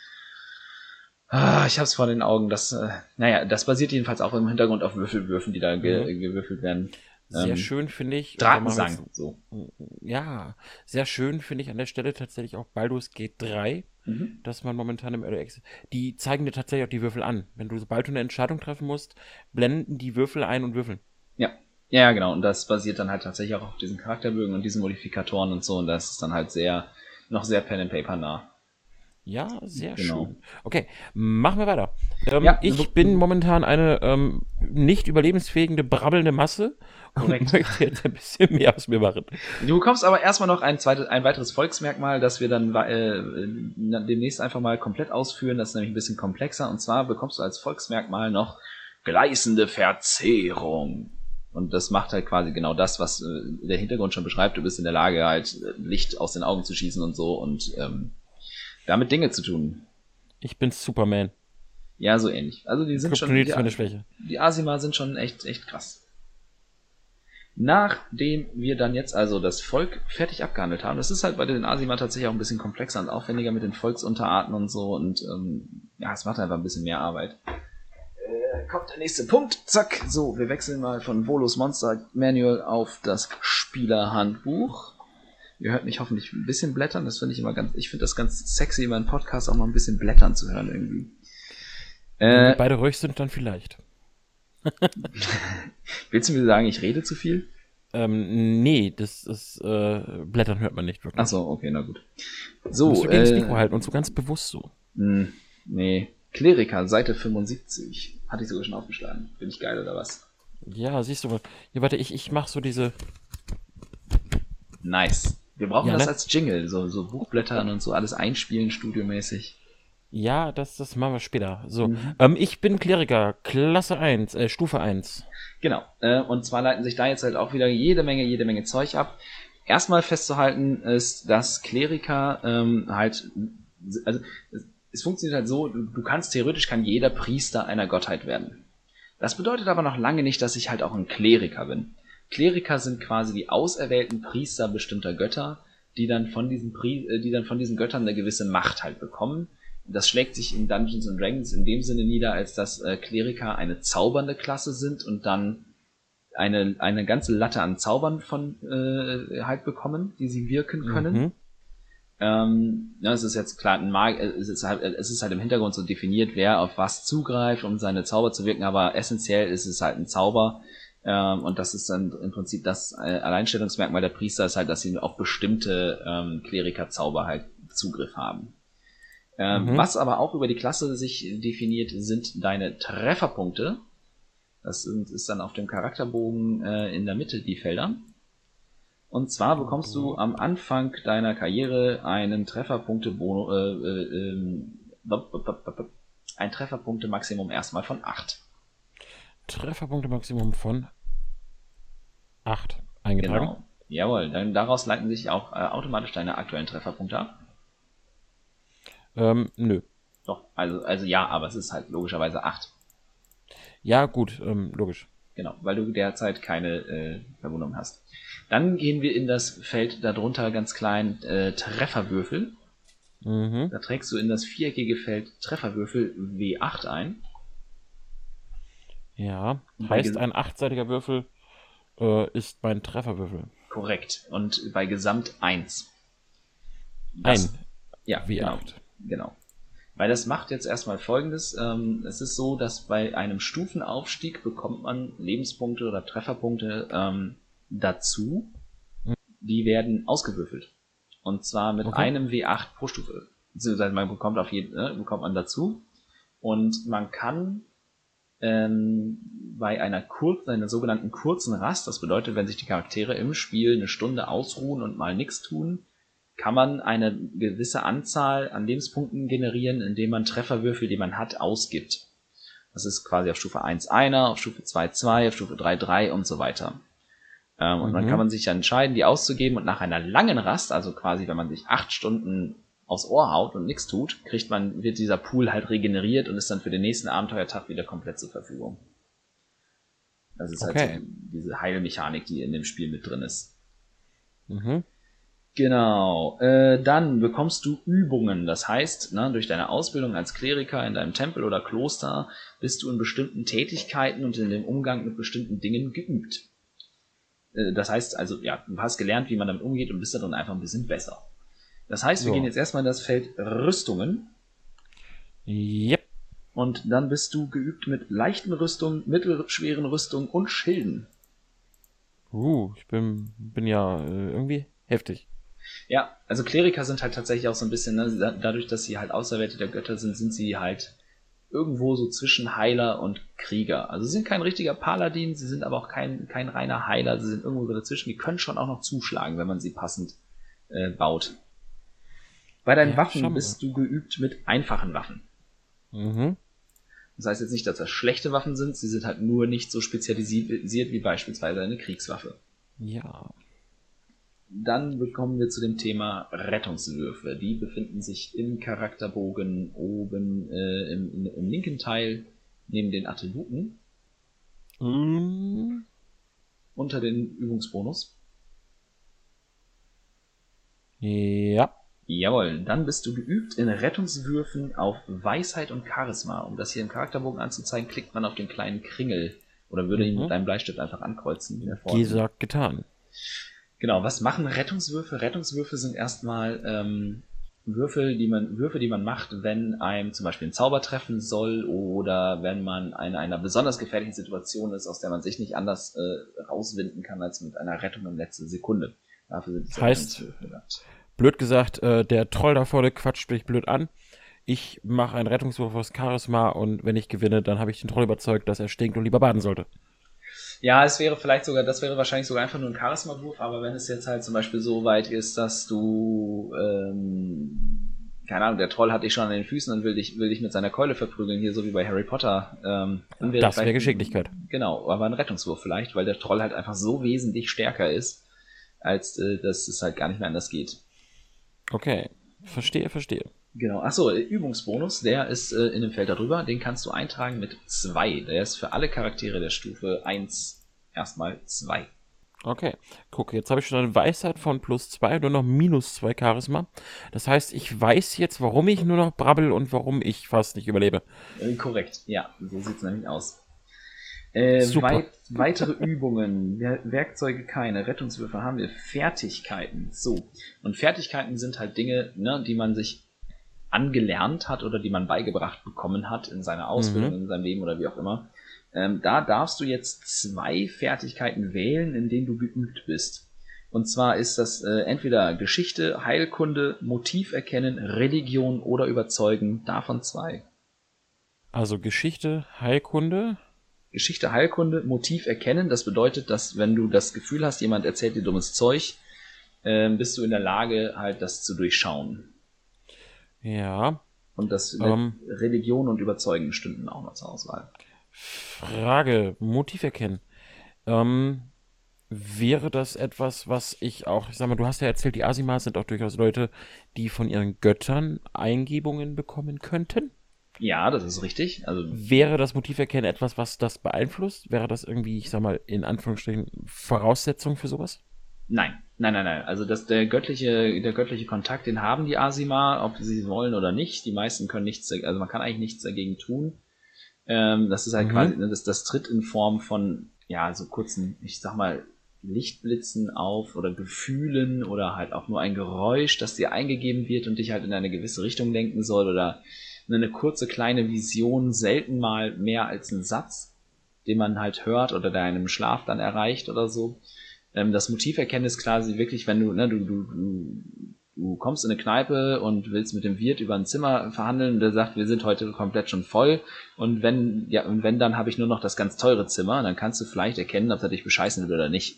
S1: Ah, ich hab's vor den Augen. Das, äh, naja, das basiert jedenfalls auch im Hintergrund auf Würfelwürfen, die da ge
S2: Mhm.
S1: gewürfelt werden.
S2: Sehr
S1: Ähm,
S2: schön finde ich.
S1: Drakensang, so.
S2: Ja, sehr schön finde ich an der Stelle tatsächlich auch Baldur's Gate drei,
S1: Mhm.
S2: dass man momentan im Early Access, die zeigen dir tatsächlich auch die Würfel an. Wenn du sobald du eine Entscheidung treffen musst, blenden die Würfel ein und würfeln.
S1: Ja. Ja, genau. Und das basiert dann halt tatsächlich auch auf diesen Charakterbögen und diesen Modifikatoren und so. Und das ist dann halt sehr, noch sehr Pen and Paper nah.
S2: Ja, sehr
S1: Genau.
S2: schön. Okay, machen wir weiter. Ähm,
S1: Ja,
S2: ich
S1: so-
S2: bin momentan eine ähm, nicht überlebensfähige, brabbelnde Masse
S1: Korrekt.
S2: und möchte jetzt ein bisschen mehr aus mir machen.
S1: Du bekommst aber erstmal noch ein, zweites, ein weiteres Volksmerkmal, das wir dann äh, demnächst einfach mal komplett ausführen. Das ist nämlich ein bisschen komplexer. Und zwar bekommst du als Volksmerkmal noch gleißende Verzehrung. Und das macht halt quasi genau das, was äh, der Hintergrund schon beschreibt. Du bist in der Lage, halt Licht aus den Augen zu schießen und so und ähm, damit Dinge zu tun.
S2: Ich bin Superman.
S1: Ja, so ähnlich. Also die sind schon,
S2: Kryptonit
S1: die,
S2: ist meine Schwäche.
S1: die Asima sind schon echt, echt krass. Nachdem wir dann jetzt also das Volk fertig abgehandelt haben, das ist halt bei den Asima tatsächlich auch ein bisschen komplexer und aufwendiger mit den Volksunterarten und so und ähm, ja, es macht einfach ein bisschen mehr Arbeit. Äh, kommt der nächste Punkt, zack, so, wir wechseln mal von Volos Monster Manual auf das Spielerhandbuch. Ihr hört mich hoffentlich ein bisschen blättern, das finde ich immer ganz, ich finde das ganz sexy, in meinem Podcast auch mal ein bisschen blättern zu hören irgendwie.
S2: Wenn
S1: Äh,
S2: wir beide ruhig sind, dann vielleicht.
S1: willst du mir sagen, ich rede zu viel?
S2: Ähm, nee, das ist, äh, Blättern hört man nicht wirklich.
S1: Achso, okay, na gut.
S2: So,
S1: So,
S2: musst du gegen das
S1: äh,
S2: Mikro halten und so ganz bewusst so.
S1: mh, nee. Kleriker, Seite fünfundsiebzig. Hatte ich sogar schon aufgeschlagen. Bin ich geil oder was?
S2: Ja, siehst du mal. Ja, warte, ich, ich mach so diese.
S1: Nice. Wir brauchen
S2: Ja,
S1: das
S2: ne?
S1: als Jingle, so, so Buchblättern und so, alles einspielen, studiomäßig.
S2: Ja, das, das machen wir später. So,
S1: Mhm.
S2: ähm, ich bin Kleriker, Klasse eins, äh, Stufe eins.
S1: Genau. Äh, und zwar leiten sich da jetzt halt auch wieder jede Menge, jede Menge Zeug ab. Erstmal festzuhalten ist, dass Kleriker ähm, halt, also es, es funktioniert halt so, du, du kannst theoretisch kann jeder Priester einer Gottheit werden. Das bedeutet aber noch lange nicht, dass ich halt auch ein Kleriker bin. Kleriker sind quasi die auserwählten Priester bestimmter Götter, die dann von diesen, Pri die dann von diesen Göttern eine gewisse Macht halt bekommen. Das schlägt sich in Dungeons and Dragons in dem Sinne nieder, als dass äh, Kleriker eine zaubernde Klasse sind und dann eine, eine ganze Latte an Zaubern von äh, halt bekommen, die sie wirken können. Mhm. Ähm, ja, es ist jetzt klar, ein Mag es, ist halt, es ist halt im Hintergrund so definiert, wer auf was zugreift, um seine Zauber zu wirken, aber essentiell ist es halt ein Zauber. Ähm, und das ist dann im Prinzip das äh, Alleinstellungsmerkmal der Priester, ist halt, dass sie auf bestimmte ähm, Kleriker-Zauber halt Zugriff haben. Ähm, mhm. Was aber auch über die Klasse sich definiert, sind deine Trefferpunkte. Das sind, ist dann auf dem Charakterbogen äh, in der Mitte die Felder. Und zwar bekommst du am Anfang deiner Karriere einen Trefferpunkte-Bonus, äh, äh, äh, ein Trefferpunkte-Maximum erstmal von acht.
S2: Trefferpunkte-Maximum von acht eingetragen.
S1: Genau. Jawohl, dann daraus leiten sich auch äh, automatisch deine aktuellen Trefferpunkte ab.
S2: Ähm, nö.
S1: Doch, also, also ja, aber es ist halt logischerweise acht.
S2: Ja, gut, ähm, logisch.
S1: Genau, weil du derzeit keine äh, Verwundung hast. Dann gehen wir in das Feld darunter ganz klein äh, Trefferwürfel. Mhm. Da trägst du in das viereckige Feld Trefferwürfel W acht ein.
S2: Ja, heißt ein achtseitiger Würfel äh, ist mein Trefferwürfel.
S1: Korrekt. Und bei Gesamt eins.
S2: Das, ein
S1: ja,
S2: W acht.
S1: Genau, genau. Weil das macht jetzt erstmal Folgendes. Ähm, es ist so, dass bei einem Stufenaufstieg bekommt man Lebenspunkte oder Trefferpunkte ähm, dazu. Die werden ausgewürfelt. Und zwar mit okay. einem W acht pro Stufe. Beziehungsweise man bekommt auf jeden äh, bekommt man dazu. Und man kann ähm, bei einer kurzen, einer sogenannten kurzen Rast, das bedeutet, wenn sich die Charaktere im Spiel eine Stunde ausruhen und mal nichts tun, kann man eine gewisse Anzahl an Lebenspunkten generieren, indem man Trefferwürfel, die man hat, ausgibt. Das ist quasi auf Stufe eins einer, auf Stufe zwei zwei, auf Stufe drei drei und so weiter. Ähm, und mhm. dann kann man sich ja entscheiden, die auszugeben, und nach einer langen Rast, also quasi wenn man sich acht Stunden aufs Ohr haut und nichts tut, kriegt man, wird dieser Pool halt regeneriert und ist dann für den nächsten Abenteuertag wieder komplett zur Verfügung. Das ist okay. halt so diese Heilmechanik, die in dem Spiel mit drin ist. Mhm. Genau, äh, dann bekommst du Übungen. Das heißt, ne, durch deine Ausbildung als Kleriker in deinem Tempel oder Kloster bist du in bestimmten Tätigkeiten und in dem Umgang mit bestimmten Dingen geübt. Äh, das heißt also, ja, du hast gelernt, wie man damit umgeht und bist darin einfach ein bisschen besser. Das heißt, wir so. gehen jetzt erstmal in das Feld Rüstungen.
S2: Yep.
S1: Und dann bist du geübt mit leichten Rüstungen, mittelschweren Rüstungen und Schilden.
S2: Uh, ich bin, bin ja äh, irgendwie heftig.
S1: Ja, also Kleriker sind halt tatsächlich auch so ein bisschen, ne, dadurch, dass sie halt Auserwählte der Götter sind, sind sie halt irgendwo so zwischen Heiler und Krieger. Also sie sind kein richtiger Paladin, sie sind aber auch kein, kein reiner Heiler, sie sind irgendwo so dazwischen. Die können schon auch noch zuschlagen, wenn man sie passend äh, baut. Bei deinen ja, Waffen bist du geübt mit einfachen Waffen. Mhm. Das heißt jetzt nicht, dass das schlechte Waffen sind, sie sind halt nur nicht so spezialisiert wie beispielsweise eine Kriegswaffe.
S2: Ja.
S1: Dann kommen wir zu dem Thema Rettungswürfe. Die befinden sich im Charakterbogen oben äh, im, im linken Teil neben den Attributen. Mhm. Unter den Übungsbonus.
S2: Ja.
S1: Jawohl, dann bist du geübt in Rettungswürfen auf Weisheit und Charisma. Um das hier im Charakterbogen anzuzeigen, klickt man auf den kleinen Kringel oder würde mhm. ihn mit einem Bleistift einfach ankreuzen.
S2: Gesagt, getan.
S1: Genau, was machen Rettungswürfe? Rettungswürfe sind erstmal ähm, Würfel, die man, Würfe, die man macht, wenn einem zum Beispiel ein Zauber treffen soll oder wenn man in einer besonders gefährlichen Situation ist, aus der man sich nicht anders äh, rauswinden kann als mit einer Rettung in letzter Sekunde. Dafür sind es
S2: heißt, blöd gesagt, äh, der Troll da vorne quatscht mich blöd an. Ich mache einen Rettungswurf aus Charisma und wenn ich gewinne, dann habe ich den Troll überzeugt, dass er stinkt und lieber baden sollte.
S1: Ja, es wäre vielleicht sogar, das wäre wahrscheinlich sogar einfach nur ein Charisma-Wurf, aber wenn es jetzt halt zum Beispiel so weit ist, dass du, ähm, keine Ahnung, der Troll hat dich schon an den Füßen und will dich, will dich mit seiner Keule verprügeln, hier so wie bei Harry Potter. Ähm,
S2: dann wäre das wäre Geschicklichkeit.
S1: Genau, aber ein Rettungswurf vielleicht, weil der Troll halt einfach so wesentlich stärker ist, als äh, dass es halt gar nicht mehr anders geht.
S2: Okay, verstehe, verstehe.
S1: Genau, achso, Übungsbonus, der ist äh, in dem Feld darüber, den kannst du eintragen mit zwei. Der ist für alle Charaktere der Stufe eins erstmal zwei.
S2: Okay, guck, jetzt habe ich schon eine Weisheit von plus zwei und nur noch minus zwei Charisma. Das heißt, ich weiß jetzt, warum ich nur noch brabbel und warum ich fast nicht überlebe.
S1: Äh, korrekt, ja, so sieht es nämlich aus. Äh,
S2: Super.
S1: Weit, weitere Übungen, Wer Werkzeuge keine, Rettungswürfe haben wir, Fertigkeiten, so. Und Fertigkeiten sind halt Dinge, ne, die man sich angelernt hat oder die man beigebracht bekommen hat in seiner Ausbildung,
S2: Mhm.
S1: in seinem Leben oder wie auch immer. Ähm, da darfst du jetzt zwei Fertigkeiten wählen, in denen du geübt bist. Und zwar ist das äh, entweder Geschichte, Heilkunde, Motiv erkennen, Religion oder Überzeugen, davon zwei.
S2: Also Geschichte, Heilkunde.
S1: Geschichte, Heilkunde, Motiv erkennen, das bedeutet, dass wenn du das Gefühl hast, jemand erzählt dir dummes Zeug, äh, bist du in der Lage, halt das zu durchschauen.
S2: Ja.
S1: Und das
S2: Ähm,
S1: Religion und Überzeugen stünden auch noch zur Auswahl.
S2: Frage, Motiv erkennen. Ähm, wäre das etwas, was ich auch, ich sag mal, du hast ja erzählt, die Asimas sind auch durchaus Leute, die von ihren Göttern Eingebungen bekommen könnten.
S1: Ja, das ist richtig. Also
S2: Wäre das Motiv erkennen etwas, was das beeinflusst? Wäre das irgendwie, ich sag mal, in Anführungsstrichen Voraussetzung für sowas?
S1: nein, nein, nein, nein. Also das, der göttliche, der göttliche Kontakt, den haben die Asima, ob sie wollen oder nicht. Die meisten können nichts, also man kann eigentlich nichts dagegen tun. Ähm, das ist halt
S2: Mhm.
S1: quasi, das, das tritt in Form von, ja, so kurzen, ich sag mal, Lichtblitzen auf oder Gefühlen oder halt auch nur ein Geräusch, das dir eingegeben wird und dich halt in eine gewisse Richtung lenken soll oder eine kurze kleine Vision, selten mal mehr als ein Satz, den man halt hört oder der einen im Schlaf dann erreicht oder so. Ähm, das Motiv erkennen ist quasi wirklich, wenn du, ne, du, du, du, du kommst in eine Kneipe und willst mit dem Wirt über ein Zimmer verhandeln und der sagt, wir sind heute komplett schon voll und wenn, ja, und wenn, dann habe ich nur noch das ganz teure Zimmer, dann kannst du vielleicht erkennen, ob er dich bescheißen will oder nicht.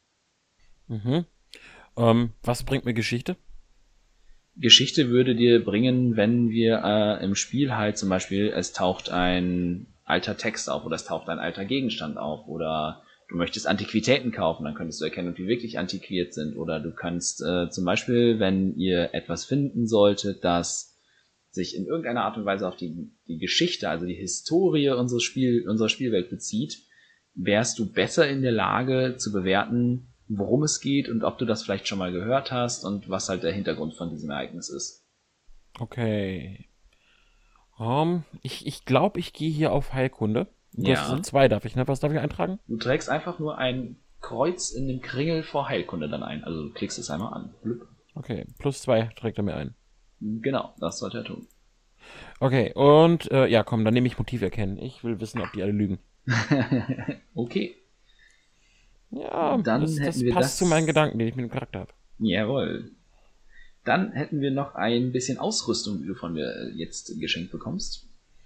S2: Mhm. Ähm, was bringt mir Geschichte?
S1: Geschichte würde dir bringen, wenn wir äh, im Spiel halt zum Beispiel, es taucht ein alter Text auf oder es taucht ein alter Gegenstand auf oder du möchtest Antiquitäten kaufen, dann könntest du erkennen, ob die wirklich antiquiert sind oder du kannst äh, zum Beispiel, wenn ihr etwas finden solltet, das sich in irgendeiner Art und Weise auf die, die Geschichte, also die Historie unseres Spiel, unserer Spielwelt bezieht, wärst du besser in der Lage zu bewerten, worum es geht und ob du das vielleicht schon mal gehört hast und was halt der Hintergrund von diesem Ereignis ist.
S2: Okay. Um, ich ich glaube, ich gehe hier auf Heilkunde. Du hast
S1: Ja.
S2: gesagt, zwei darf ich, ne? Was darf ich eintragen?
S1: Du trägst einfach nur ein Kreuz in dem Kringel vor Heilkunde dann ein. Also du klickst es einmal an. Blüpp.
S2: Okay, plus zwei trägt er mir ein.
S1: Genau, das sollte er tun.
S2: Okay, und äh, ja, komm, dann nehme ich Motiv erkennen. Ich will wissen, ob die alle lügen.
S1: Okay.
S2: Ja,
S1: Dann
S2: das,
S1: hätten
S2: das
S1: wir
S2: passt
S1: das.
S2: zu meinen Gedanken, den ich mit dem Charakter habe.
S1: Jawohl. Dann hätten wir noch ein bisschen Ausrüstung, die du von mir jetzt geschenkt bekommst.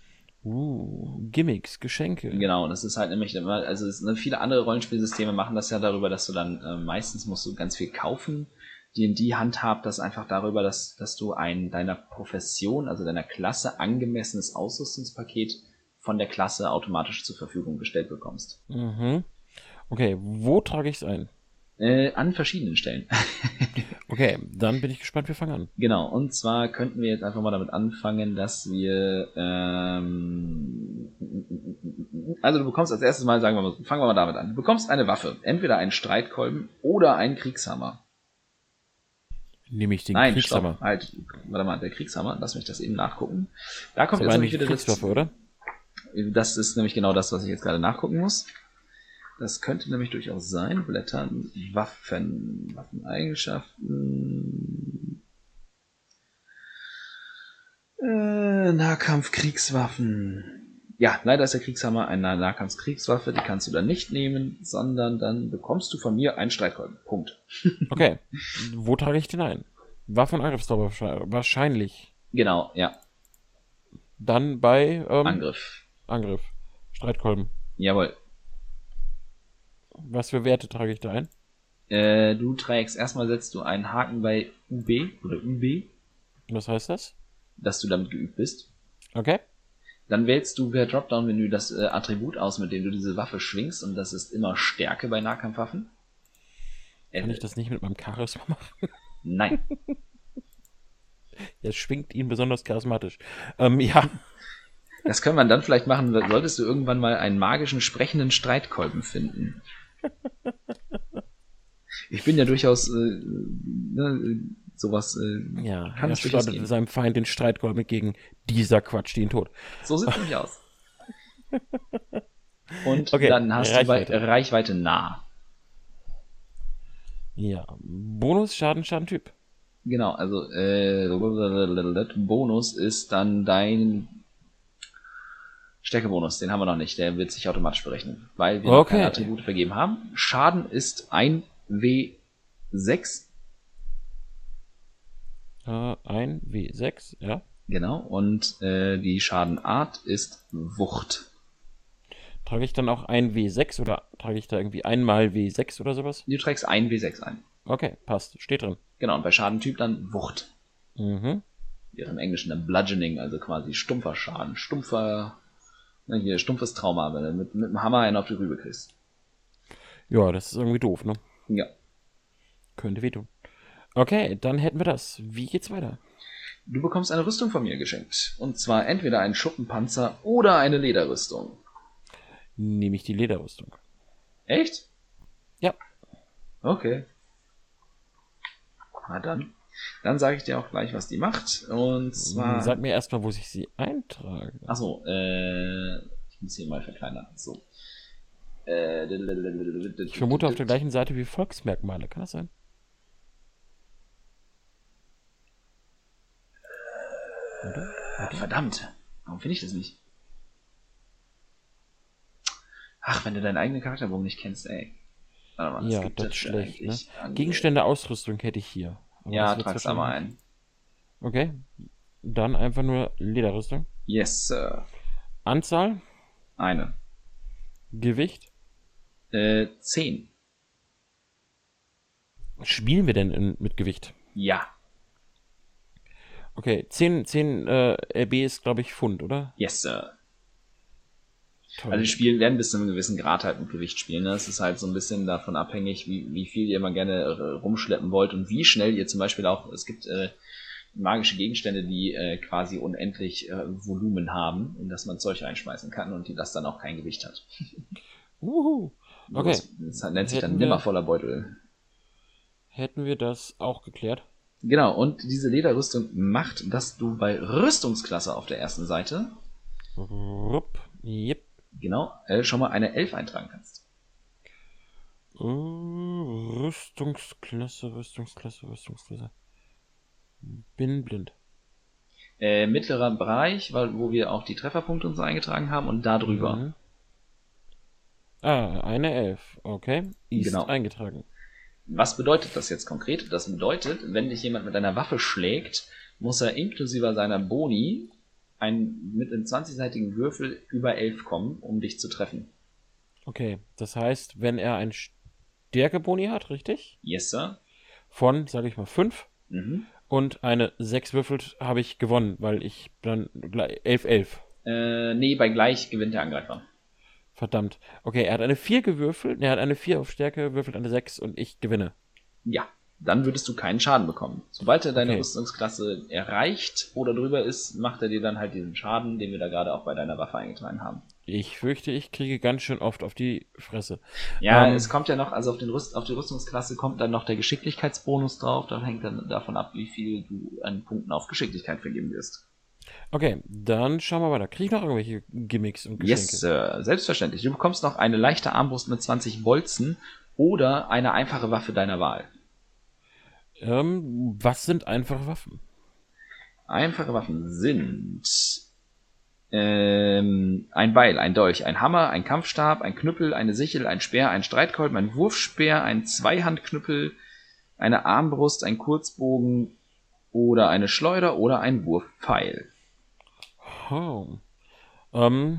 S2: Uh, Gimmicks, Geschenke.
S1: Genau, das ist halt nämlich immer, also es, ne, viele andere Rollenspielsysteme machen das ja darüber, dass du dann äh, meistens musst du ganz viel kaufen. D und D handhabt das einfach darüber, dass, dass du ein deiner Profession, also deiner Klasse angemessenes Ausrüstungspaket von der Klasse automatisch zur Verfügung gestellt bekommst.
S2: Mhm. Okay, wo trage ich es ein?
S1: Äh, an verschiedenen Stellen.
S2: Okay, dann bin ich gespannt, wir fangen an.
S1: Genau, und zwar könnten wir jetzt einfach mal damit anfangen, dass wir ähm, also du bekommst als erstes Mal, sagen wir mal, fangen wir mal damit an. Du bekommst eine Waffe, entweder einen Streitkolben oder einen Kriegshammer.
S2: Nehme ich den
S1: Nein,
S2: Kriegshammer.
S1: stopp, halt, warte mal, der Kriegshammer, lass mich das eben nachgucken. Da kommt
S2: Das ist
S1: jetzt
S2: aber
S1: nämlich
S2: nicht
S1: wieder
S2: Kriegswaffe,
S1: das,
S2: oder?
S1: das ist nämlich genau das, was ich jetzt gerade nachgucken muss. Das könnte nämlich durchaus sein. Blättern, Waffen, Waffeneigenschaften, äh, Nahkampf, Kriegswaffen. Ja, leider ist der Kriegshammer eine Nahkampfkriegswaffe, die kannst du dann nicht nehmen, sondern dann bekommst du von mir einen Streitkolben. Punkt.
S2: Okay, wo trage ich den ein? Waffen- und Angriffszauber wahrscheinlich.
S1: Genau, ja.
S2: Dann bei ähm,
S1: Angriff.
S2: Angriff. Streitkolben.
S1: Jawohl.
S2: Was für Werte trage ich da ein?
S1: Äh, du trägst, erstmal setzt du einen Haken bei U B oder U B,
S2: Was heißt das?
S1: dass du damit geübt bist.
S2: Okay.
S1: Dann wählst du per Dropdown-Menü das äh, Attribut aus, mit dem du diese Waffe schwingst, und das ist immer Stärke bei Nahkampfwaffen.
S2: Kann ich das nicht mit meinem Charisma machen?
S1: Nein.
S2: Er schwingt ihn besonders charismatisch. Ähm, ja.
S1: Das können wir dann vielleicht machen, solltest du irgendwann mal einen magischen, sprechenden Streitkolben finden. Ich bin ja durchaus äh, ne, sowas äh,
S2: Ja,
S1: kann
S2: er
S1: es durchaus
S2: schleudert
S1: gehen.
S2: seinem Feind den Streitkolben entgegen. Dieser quatscht ihn tot.
S1: So sieht es nämlich aus. Und
S2: Okay,
S1: dann hast
S2: Reichweite.
S1: du bei Reichweite nah.
S2: Ja, Bonus, Schaden, Schadentyp.
S1: Genau, also äh, Bonus ist dann dein Stärkebonus, den haben wir noch nicht, der wird sich automatisch berechnen, weil wir noch
S2: Okay.
S1: keine Attribute vergeben haben. Schaden ist ein W sechs.
S2: Äh, ein W sechs, ja.
S1: Genau, und äh, die Schadenart ist Wucht.
S2: Trage ich dann auch ein W sechs oder trage ich da irgendwie einmal W sechs oder sowas?
S1: Du trägst ein W sechs ein.
S2: Okay, passt. Steht drin.
S1: Genau, und bei Schadentyp dann Wucht.
S2: Mhm.
S1: Wäre im Englischen dann Bludgeoning, also quasi stumpfer Schaden. Stumpfer, ne, hier, stumpfes Trauma, wenn du mit, mit dem Hammer einen auf die Rübe kriegst.
S2: Ja, das ist irgendwie doof, ne?
S1: Ja.
S2: Könnte wehtun. Okay, dann hätten wir das. Wie geht's weiter?
S1: Du bekommst eine Rüstung von mir geschenkt. Und zwar entweder einen Schuppenpanzer oder eine Lederrüstung.
S2: Nehme ich die Lederrüstung.
S1: Echt?
S2: Ja.
S1: Okay. Na dann. Dann sage ich dir auch gleich, was die macht. Und zwar.
S2: Sag mir erstmal, wo ich sie eintrage.
S1: Achso, äh. Ich muss hier mal verkleinern. So. Äh,
S2: Ich vermute auf der gleichen Seite wie Volksmerkmale. Kann das sein? Oder?
S1: Oder? Verdammt. Warum finde ich das nicht? Ach, wenn du deinen eigenen Charakterbogen nicht kennst, ey. Warte mal,
S2: Ja, das ist schlecht, ne?
S1: an-
S2: Gegenstände, Ausrüstung hätte ich hier. Aber
S1: Ja,
S2: das wird's
S1: trag's einmal
S2: wahrscheinlich-
S1: ein.
S2: Okay. Dann einfach nur Lederrüstung.
S1: Yes, Sir.
S2: Anzahl,
S1: Eine.
S2: Gewicht.
S1: Äh, zehn.
S2: Spielen wir denn in, mit Gewicht?
S1: Ja.
S2: Okay, zehn, zehn äh, R B ist, glaube ich, Pfund, oder?
S1: Yes, Sir.
S2: Toll.
S1: Also die Spiele werden bis zu einem gewissen Grad halt mit Gewicht spielen. Ne? Es ist halt so ein bisschen davon abhängig, wie, wie viel ihr immer gerne äh, rumschleppen wollt und wie schnell ihr zum Beispiel auch, es gibt äh, magische Gegenstände, die äh, quasi unendlich äh, Volumen haben, in das man Zeug reinschmeißen kann und die das dann auch kein Gewicht hat.
S2: Uhu. Okay.
S1: Das, das nennt sich dann
S2: Hätten wir-
S1: nimmervoller Beutel.
S2: Hätten wir das auch geklärt?
S1: Genau, und diese Lederrüstung macht, dass du bei Rüstungsklasse auf der ersten Seite,
S2: Rupp. Yep.
S1: genau, äh, schon mal eine elf eintragen kannst.
S2: Uh, Rüstungsklasse, Rüstungsklasse, Rüstungsklasse. Bin blind.
S1: Äh, mittlerer Bereich, weil, wo wir auch die Trefferpunkte und so eingetragen haben und da drüber.
S2: Mhm. Ah, eine elf. Okay. Ist
S1: Genau.
S2: eingetragen.
S1: Was bedeutet das jetzt konkret? Das bedeutet, wenn dich jemand mit einer Waffe schlägt, muss er inklusive seiner Boni ein, mit einem zwanzigseitigen Würfel über elf kommen, um dich zu treffen.
S2: Okay. Das heißt, wenn er ein Stärkeboni hat, richtig?
S1: Yes, Sir.
S2: Von, sage ich mal, fünf
S1: Mhm.
S2: und eine sechs würfelt, habe ich gewonnen, weil ich dann elf elf.
S1: Äh, nee, bei gleich gewinnt der Angreifer.
S2: Verdammt. Okay, er hat eine vier gewürfelt, er hat eine vier auf Stärke, würfelt eine sechs und ich gewinne.
S1: Ja, dann würdest du keinen Schaden bekommen. Sobald er deine
S2: Okay.
S1: Rüstungsklasse erreicht oder drüber ist, macht er dir dann halt diesen Schaden, den wir da gerade auch bei deiner Waffe eingetragen haben.
S2: Ich fürchte, ich kriege ganz schön oft auf die Fresse.
S1: Ja,
S2: Ähm,
S1: es kommt ja noch, also auf, den Rüst, auf die Rüstungsklasse kommt dann noch der Geschicklichkeitsbonus drauf. Da hängt dann davon ab, wie viel du an Punkten auf Geschicklichkeit vergeben wirst.
S2: Okay, dann schauen wir weiter. Kriege ich noch irgendwelche Gimmicks und Geschenke?
S1: Yes, Sir. Selbstverständlich. Du bekommst noch eine leichte Armbrust mit zwanzig Bolzen oder eine einfache Waffe deiner Wahl.
S2: Ähm, was sind einfache Waffen?
S1: Einfache Waffen sind ähm, ein Beil, ein Dolch, ein Hammer, ein Kampfstab, ein Knüppel, eine Sichel, ein Speer, ein Streitkolben, ein Wurfspeer, ein Zweihandknüppel, eine Armbrust, ein Kurzbogen oder eine Schleuder oder ein Wurfpfeil.
S2: Oh. Ähm.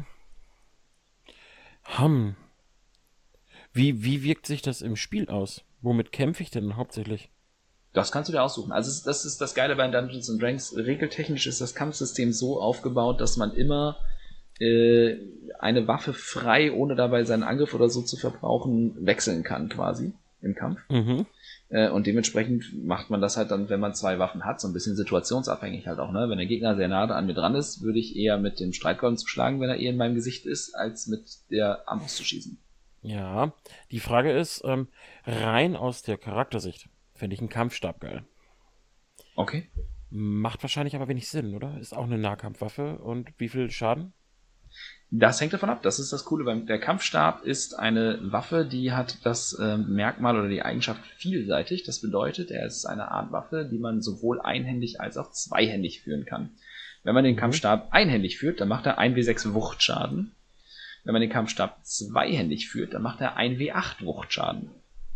S2: Hm. Wie, wie wirkt sich das im Spiel aus? Womit kämpfe ich denn hauptsächlich?
S1: Das kannst du dir aussuchen. Also es- das ist das Geile bei Dungeons and Dragons. Regeltechnisch ist das Kampfsystem so aufgebaut, dass man immer äh, eine Waffe frei, ohne dabei seinen Angriff oder so zu verbrauchen, wechseln kann quasi. im Kampf.
S2: Mhm.
S1: Äh, und dementsprechend macht man das halt dann, wenn man zwei Waffen hat, so ein bisschen situationsabhängig halt auch. Ne? Wenn der Gegner sehr nah an mir dran ist, würde ich eher mit dem Streitkolben zuschlagen, wenn er eher in meinem Gesicht ist, als mit der Armbrust zu schießen.
S2: Ja, die Frage ist, ähm, rein aus der Charaktersicht finde ich einen Kampfstab geil.
S1: Okay.
S2: Macht wahrscheinlich aber wenig Sinn, oder? Ist auch eine Nahkampfwaffe. Und wie viel Schaden?
S1: Das hängt davon ab. Das ist das Coole. Beim, der Kampfstab ist eine Waffe, die hat das äh, Merkmal oder die Eigenschaft vielseitig. Das bedeutet, er ist eine Art Waffe, die man sowohl einhändig als auch zweihändig führen kann. Wenn man den
S2: Mhm.
S1: Kampfstab einhändig führt, dann macht er ein W sechs Wuchtschaden. Wenn man den Kampfstab zweihändig führt, dann macht er ein W acht Wuchtschaden.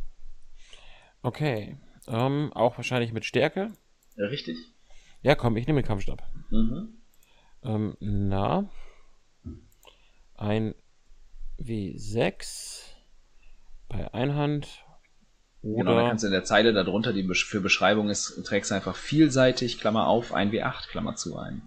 S2: Okay. Ähm, auch wahrscheinlich mit Stärke.
S1: Richtig.
S2: Ja, komm, ich nehme den Kampfstab.
S1: Mhm.
S2: Ähm, na. Ein W sechs bei Einhand. Oder.
S1: Genau, da kannst du in der Zeile darunter, die besch- für Beschreibung ist, trägst du einfach vielseitig, Klammer auf, ein W acht, Klammer zu ein.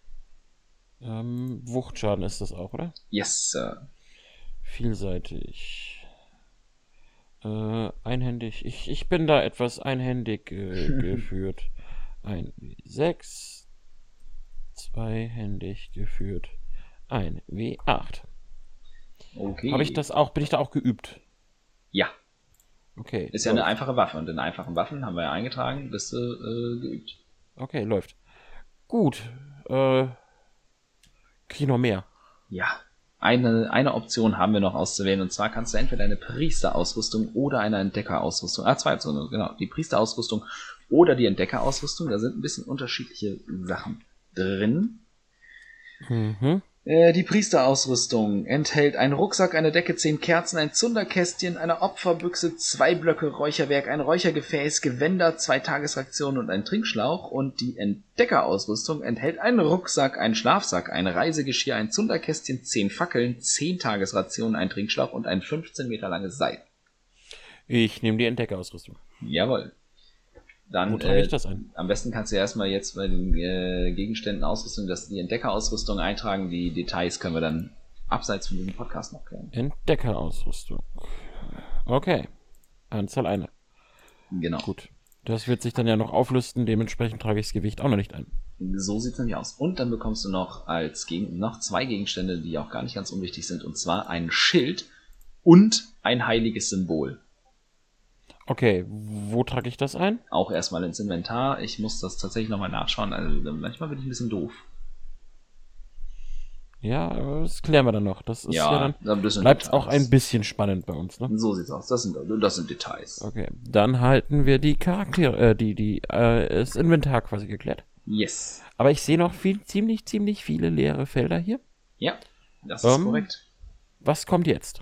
S2: Ähm, Wuchtschaden ist das auch, oder?
S1: Yes, Sir.
S2: Vielseitig. Äh, einhändig. Ich, ich bin da etwas einhändig äh, geführt. Ein W sechs. Zweihändig geführt. Ein W acht.
S1: Okay.
S2: Habe ich das auch, bin ich da auch geübt?
S1: Ja,
S2: Okay.
S1: ist ja eine
S2: läuft.
S1: einfache Waffe und in einfachen Waffen haben wir ja eingetragen, bist du äh, geübt.
S2: Okay, läuft. Gut. Äh, krieg ich noch mehr?
S1: Ja, eine, eine Option haben wir noch auszuwählen und zwar kannst du entweder eine Priesterausrüstung oder eine Entdeckerausrüstung, ah, zwei Optionen, genau, die Priesterausrüstung oder die Entdeckerausrüstung, da sind ein bisschen unterschiedliche Sachen drin.
S2: Mhm.
S1: Äh, die Priesterausrüstung enthält einen Rucksack, eine Decke, zehn Kerzen, ein Zunderkästchen, eine Opferbüchse, zwei Blöcke Räucherwerk, ein Räuchergefäß, Gewänder, zwei Tagesrationen und einen Trinkschlauch. Und die Entdeckerausrüstung enthält einen Rucksack, einen Schlafsack, ein Reisegeschirr, ein Zunderkästchen, zehn Fackeln, zehn Tagesrationen, ein Trinkschlauch und ein fünfzehn Meter langes Seil.
S2: Ich nehme die Entdeckerausrüstung.
S1: Jawohl. Dann,
S2: Wo trage
S1: äh,
S2: ich das ein?
S1: Am besten kannst du erstmal jetzt bei den äh, Gegenständen Ausrüstung, dass die Entdeckerausrüstung eintragen. Die Details können wir dann abseits von diesem Podcast noch klären.
S2: Entdeckerausrüstung. Okay. Anzahl eine.
S1: Genau.
S2: Gut. Das wird sich dann ja noch auflisten, dementsprechend trage ich das Gewicht auch noch nicht ein.
S1: So sieht's nämlich aus. Und dann bekommst du noch als Gegen noch zwei Gegenstände, die auch gar nicht ganz unwichtig sind, und zwar ein Schild und ein heiliges Symbol.
S2: Okay, wo trage ich das ein?
S1: Auch erstmal ins Inventar. Ich muss das tatsächlich nochmal nachschauen. Also manchmal bin ich ein bisschen doof.
S2: Ja, das klären wir dann noch. Das ist ja,
S1: Ja,
S2: dann
S1: das sind
S2: bleibt
S1: Details.
S2: auch ein bisschen spannend bei uns, ne?
S1: So sieht's aus. Das sind, das sind Details.
S2: Okay, dann halten wir die Charaktere, äh, die, die, äh, das Inventar quasi geklärt.
S1: Yes.
S2: Aber ich sehe noch viel, ziemlich, ziemlich viele leere Felder hier.
S1: Ja, das ist
S2: Ähm,
S1: korrekt.
S2: Was kommt jetzt?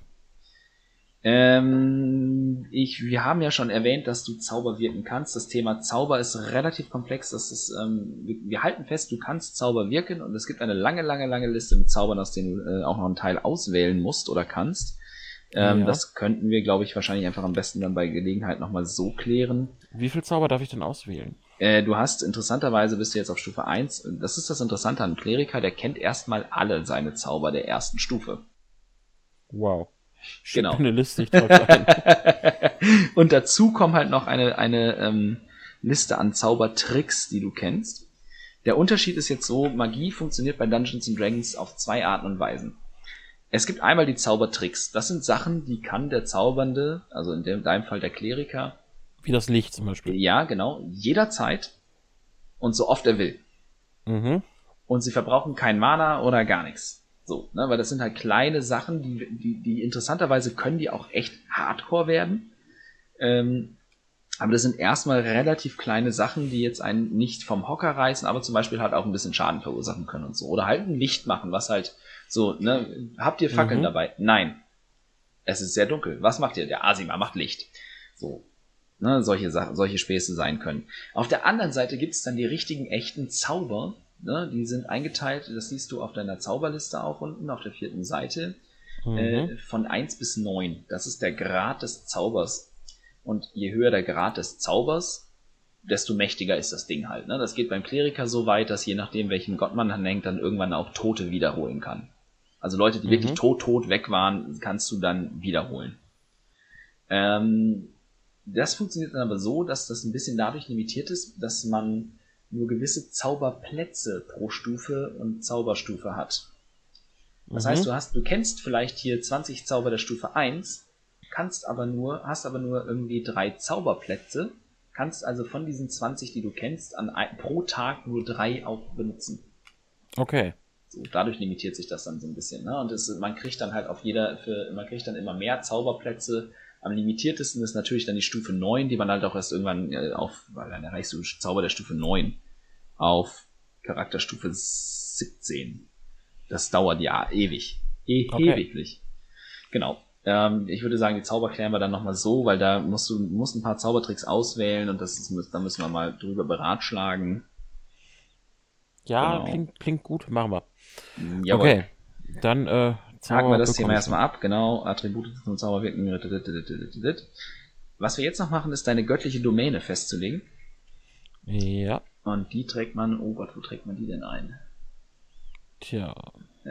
S1: Ähm, ich, wir haben ja schon erwähnt, dass du Zauber wirken kannst. Das Thema Zauber ist relativ komplex. Das ist, ähm, wir, wir halten fest, du kannst Zauber wirken und es gibt eine lange, lange, lange Liste mit Zaubern, aus denen du äh, auch noch einen Teil auswählen musst oder kannst. Ähm,
S2: Ja.
S1: Das könnten wir, glaube ich, wahrscheinlich einfach am besten dann bei Gelegenheit nochmal so klären.
S2: Wie viel Zauber darf ich denn auswählen?
S1: Äh, du hast, interessanterweise bist du jetzt auf Stufe eins. Das ist das Interessante an Kleriker, der kennt erstmal alle seine Zauber der ersten Stufe.
S2: Wow. Schick
S1: Genau.
S2: mir eine Liste, ich trage ein.
S1: Und dazu kommt halt noch eine, eine ähm, Liste an Zaubertricks, die du kennst. Der Unterschied ist jetzt so, Magie funktioniert bei Dungeons and Dragons auf zwei Arten und Weisen. Es gibt einmal die Zaubertricks. Das sind Sachen, die kann der Zaubernde, also in dem, deinem Fall der Kleriker,
S2: Wie das Licht zum Beispiel.
S1: ja, genau, jederzeit und so oft er will.
S2: Mhm.
S1: Und sie verbrauchen kein Mana oder gar nichts. So, ne, weil das sind halt kleine Sachen, die, die, die interessanterweise können die auch echt hardcore werden. Ähm, aber das sind erstmal relativ kleine Sachen, die jetzt einen nicht vom Hocker reißen, aber zum Beispiel halt auch ein bisschen Schaden verursachen können und so. Oder halt ein Licht machen, was halt so, ne, habt ihr Fackeln
S2: Mhm.
S1: dabei? Nein. Es ist sehr dunkel. Was macht ihr? Der Asima macht Licht. So. Ne, solche Sachen, solche Späße sein können. Auf der anderen Seite gibt es dann die richtigen, echten Zauber. Ne, die sind eingeteilt, das siehst du auf deiner Zauberliste auch unten, auf der vierten Seite.
S2: Mhm.
S1: Äh, von eins bis neun. Das ist der Grad des Zaubers. Und je höher der Grad des Zaubers, desto mächtiger ist das Ding halt. Ne? Das geht beim Kleriker so weit, dass je nachdem, welchen Gott man anhängt, dann irgendwann auch Tote wiederholen kann. Also Leute, die
S2: Mhm.
S1: wirklich tot, tot weg waren, kannst du dann wiederholen. Ähm, Das funktioniert dann aber so, dass das ein bisschen dadurch limitiert ist, dass man nur gewisse Zauberplätze pro Stufe und Zauberstufe hat. Das
S2: Mhm.
S1: heißt, du hast, du kennst vielleicht hier zwanzig Zauber der Stufe eins, kannst aber nur, hast aber nur irgendwie drei Zauberplätze, kannst also von diesen zwanzig, die du kennst, an ein, pro Tag nur drei auch benutzen.
S2: Okay.
S1: So, dadurch limitiert sich das dann so ein bisschen, ne? Und es, man kriegt dann halt auf jeder, für, man kriegt dann immer mehr Zauberplätze. Am limitiertesten ist natürlich dann die Stufe neun, die man halt auch erst irgendwann äh, auf, weil dann erreichst du Zauber der Stufe neun auf Charakterstufe siebzehn. Das dauert ja ewig. E
S2: Okay.
S1: Ewiglich. Genau. Ähm, ich würde sagen, die Zauber klären wir dann nochmal so, weil da musst du musst ein paar Zaubertricks auswählen und das ist, da müssen wir mal drüber beratschlagen.
S2: Ja,
S1: Genau.
S2: klingt, klingt gut, machen wir.
S1: Jawohl.
S2: Okay, dann äh,
S1: Haken wir das
S2: bekomme
S1: Thema
S2: ich
S1: erstmal
S2: noch.
S1: ab, genau. Attribute zum Zauberwirken. Was wir jetzt noch machen, ist deine göttliche Domäne festzulegen.
S2: Ja,
S1: Und die trägt man, oh Gott, wo trägt man die denn ein?
S2: tja.
S1: Äh,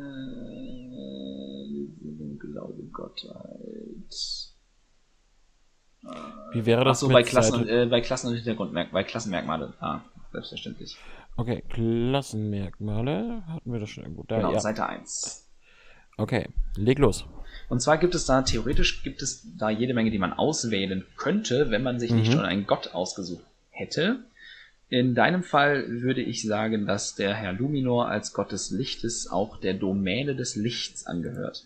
S1: Glaube Gottheit.
S2: Wie wäre das
S1: Achso,
S2: mit
S1: bei Klassen
S2: Seite...
S1: und äh, bei Klassen und Hintergrundmerk bei Klassenmerkmale. Ah, selbstverständlich.
S2: Okay, Klassenmerkmale. Hatten wir das schon irgendwo? Da,
S1: Genau,
S2: ja.
S1: Seite eins.
S2: Okay, leg los.
S1: Und zwar gibt es da, theoretisch gibt es da jede Menge, die man auswählen könnte, wenn man sich
S2: Mhm.
S1: nicht schon einen Gott ausgesucht hätte. In deinem Fall würde ich sagen, dass der Herr Luminor als Gott des Lichtes auch der Domäne des Lichts angehört.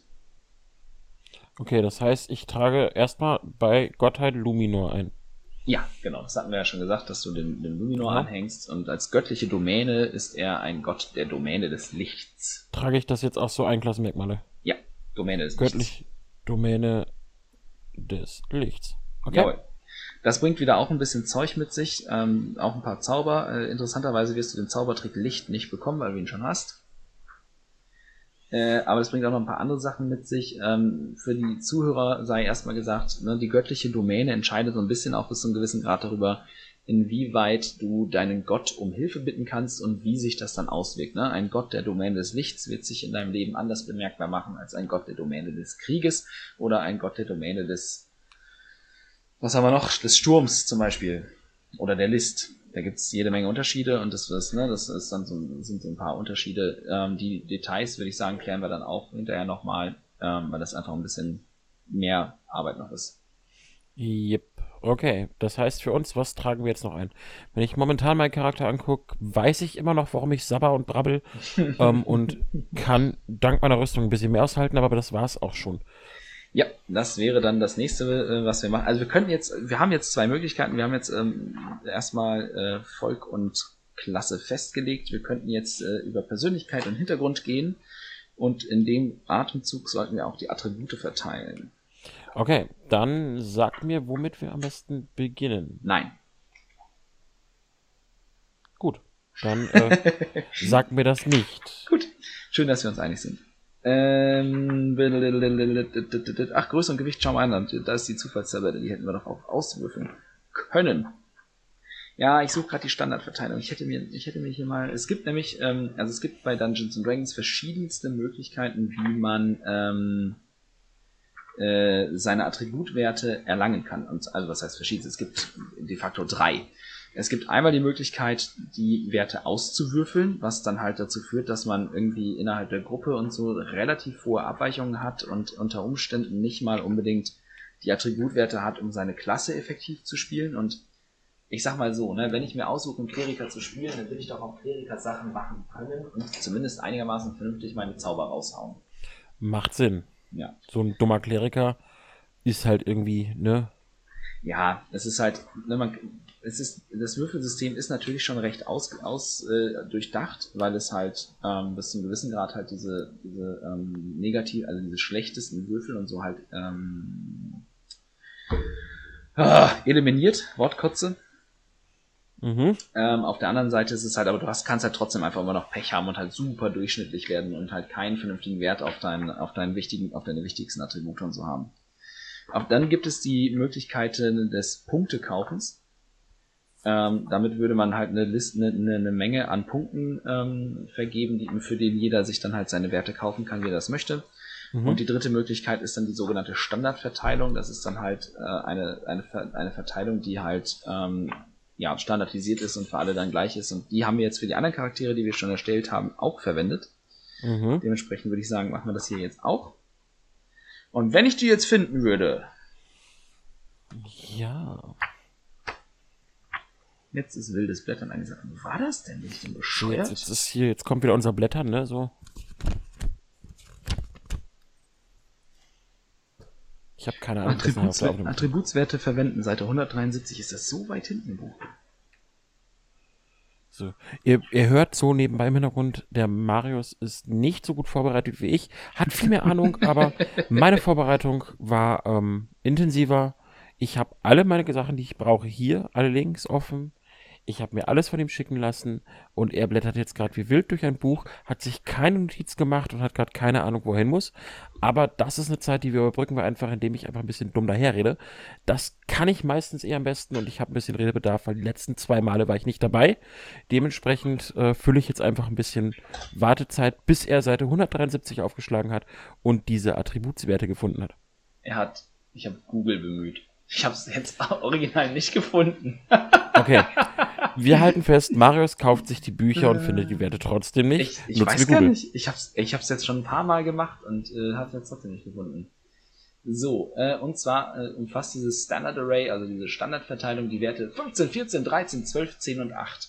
S2: Okay, das heißt, ich trage erstmal bei Gottheit Luminor ein.
S1: Ja, genau, das hatten wir ja schon gesagt, dass du den, den Luminor
S2: Genau.
S1: anhängst und als göttliche Domäne ist er ein Gott der Domäne des Lichts.
S2: Trage ich das jetzt auch so ein, Klassenmerkmale?
S1: Ja, Domäne des Lichts.
S2: Göttlich Domäne des Lichts. Okay.
S1: Jawohl. Das bringt wieder auch ein bisschen Zeug mit sich, ähm, auch ein paar Zauber. Äh, interessanterweise wirst du den Zaubertrick Licht nicht bekommen, weil du ihn schon hast. Äh, aber das bringt auch noch ein paar andere Sachen mit sich. Ähm, für die Zuhörer sei erstmal gesagt, ne, die göttliche Domäne entscheidet so ein bisschen auch bis zu einem gewissen Grad darüber, inwieweit du deinen Gott um Hilfe bitten kannst und wie sich das dann auswirkt. Ne? Ein Gott der Domäne des Lichts wird sich in deinem Leben anders bemerkbar machen als ein Gott der Domäne des Krieges oder ein Gott der Domäne des, was haben wir noch, des Sturms zum Beispiel oder der List. Da gibt es jede Menge Unterschiede und das, das, ne, das ist dann so, sind so ein paar Unterschiede. Ähm, die Details, würde ich sagen, klären wir dann auch hinterher nochmal, ähm, weil das einfach ein bisschen mehr Arbeit noch ist.
S2: Yep. Okay, das heißt für uns, was tragen wir jetzt noch ein? Wenn ich momentan meinen Charakter angucke, weiß ich immer noch, warum ich sabber und brabbel ähm, und kann dank meiner Rüstung ein bisschen mehr aushalten, aber das war's auch schon.
S1: Ja, das wäre dann das nächste, äh, was wir machen. Also wir könnten jetzt, wir haben jetzt zwei Möglichkeiten. Wir haben jetzt ähm, erstmal äh, Volk und Klasse festgelegt. Wir könnten jetzt äh, über Persönlichkeit und Hintergrund gehen und in dem Atemzug sollten wir auch die Attribute verteilen.
S2: Okay, dann sag mir, womit wir am besten beginnen.
S1: Nein.
S2: Gut, dann äh, sag mir das nicht.
S1: Gut, schön, dass wir uns einig sind. Ähm, ach, Größe und Gewicht schauen wir an. Da ist die Zufallstabelle, die hätten wir doch auch auswürfeln können. Ja, ich suche gerade die Standardverteilung. Ich hätte mir, ich hätte mir hier mal, es gibt nämlich, ähm, also es gibt bei Dungeons and Dragons verschiedenste Möglichkeiten, wie man ähm, äh, seine Attributwerte erlangen kann. Und, also was heißt verschiedenste? Es gibt de facto drei. Es gibt einmal die Möglichkeit, die Werte auszuwürfeln, was dann halt dazu führt, dass man irgendwie innerhalb der Gruppe und so relativ hohe Abweichungen hat und unter Umständen nicht mal unbedingt die Attributwerte hat, um seine Klasse effektiv zu spielen. Und ich sag mal so, ne, wenn ich mir aussuche, einen Kleriker zu spielen, dann will ich doch auch Kleriker Sachen machen können und zumindest einigermaßen vernünftig meine Zauber raushauen.
S2: Macht Sinn.
S1: Ja.
S2: So ein dummer Kleriker ist halt irgendwie, ne?
S1: Ja, es ist halt, ne, man, es ist, das Würfelsystem ist natürlich schon recht aus, aus äh, durchdacht, weil es halt ähm, bis zu einem gewissen Grad halt diese, diese ähm, negativ, also diese schlechtesten Würfel und so halt ähm, ah, eliminiert, Wortkotze.
S2: Mhm.
S1: Ähm, auf der anderen Seite ist es halt, aber du hast, kannst halt trotzdem einfach immer noch Pech haben und halt super durchschnittlich werden und halt keinen vernünftigen Wert auf deinen, auf deinen wichtigen, auf deine wichtigsten Attribute und so haben. Auch dann gibt es die Möglichkeiten des Punktekaufens. Ähm, damit würde man halt eine Liste, eine, eine Menge an Punkten ähm, vergeben, die, für den jeder sich dann halt seine Werte kaufen kann, wie er das möchte. Mhm. Und die dritte Möglichkeit ist dann die sogenannte Standardverteilung. Das ist dann halt äh, eine, eine, eine Verteilung, die halt ähm, ja, standardisiert ist und für alle dann gleich ist. Und die haben wir jetzt für die anderen Charaktere, die wir schon erstellt haben, auch verwendet. Mhm. Dementsprechend würde ich sagen, machen wir das hier jetzt auch. Und wenn ich die jetzt finden würde...
S2: Ja...
S1: Jetzt ist wildes Blättern angesagt. Wo war das denn? Bin ich denn bescheuert?
S2: Jetzt, jetzt ist hier, jetzt kommt wieder unser Blättern, ne? So. Ich habe keine Ahnung.
S1: Attributswerte, Attributswerte verwenden. Seite hundertdreiundsiebzig. Ist das so weit hinten im Buch?
S2: So. Ihr, ihr hört so nebenbei im Hintergrund, der Marius ist nicht so gut vorbereitet wie ich. Hat viel mehr Ahnung, aber meine Vorbereitung war ähm, intensiver. Ich habe alle meine Sachen, die ich brauche, hier, alle Links offen. Ich habe mir alles von ihm schicken lassen und er blättert jetzt gerade wie wild durch ein Buch, hat sich keine Notiz gemacht und hat gerade keine Ahnung, wohin muss. Aber das ist eine Zeit, die wir überbrücken wir einfach, indem ich einfach ein bisschen dumm daherrede. Das kann ich meistens eher am besten und ich habe ein bisschen Redebedarf, weil die letzten zwei Male war ich nicht dabei. Dementsprechend äh, fülle ich jetzt einfach ein bisschen Wartezeit, bis er Seite hundertdreiundsiebzig aufgeschlagen hat und diese Attributswerte gefunden hat.
S1: Er hat, ich habe Google bemüht. Ich habe es jetzt original nicht gefunden.
S2: Okay. Wir halten fest, Marius kauft sich die Bücher und findet die Werte trotzdem nicht.
S1: Ich, ich weiß gar nicht. Ich habe es ich hab's jetzt schon ein paar Mal gemacht und äh, habe es jetzt trotzdem nicht gefunden. So, äh, und zwar äh, umfasst dieses Standard Array, also diese Standardverteilung, die Werte fünfzehn, vierzehn, dreizehn, zwölf, zehn und acht.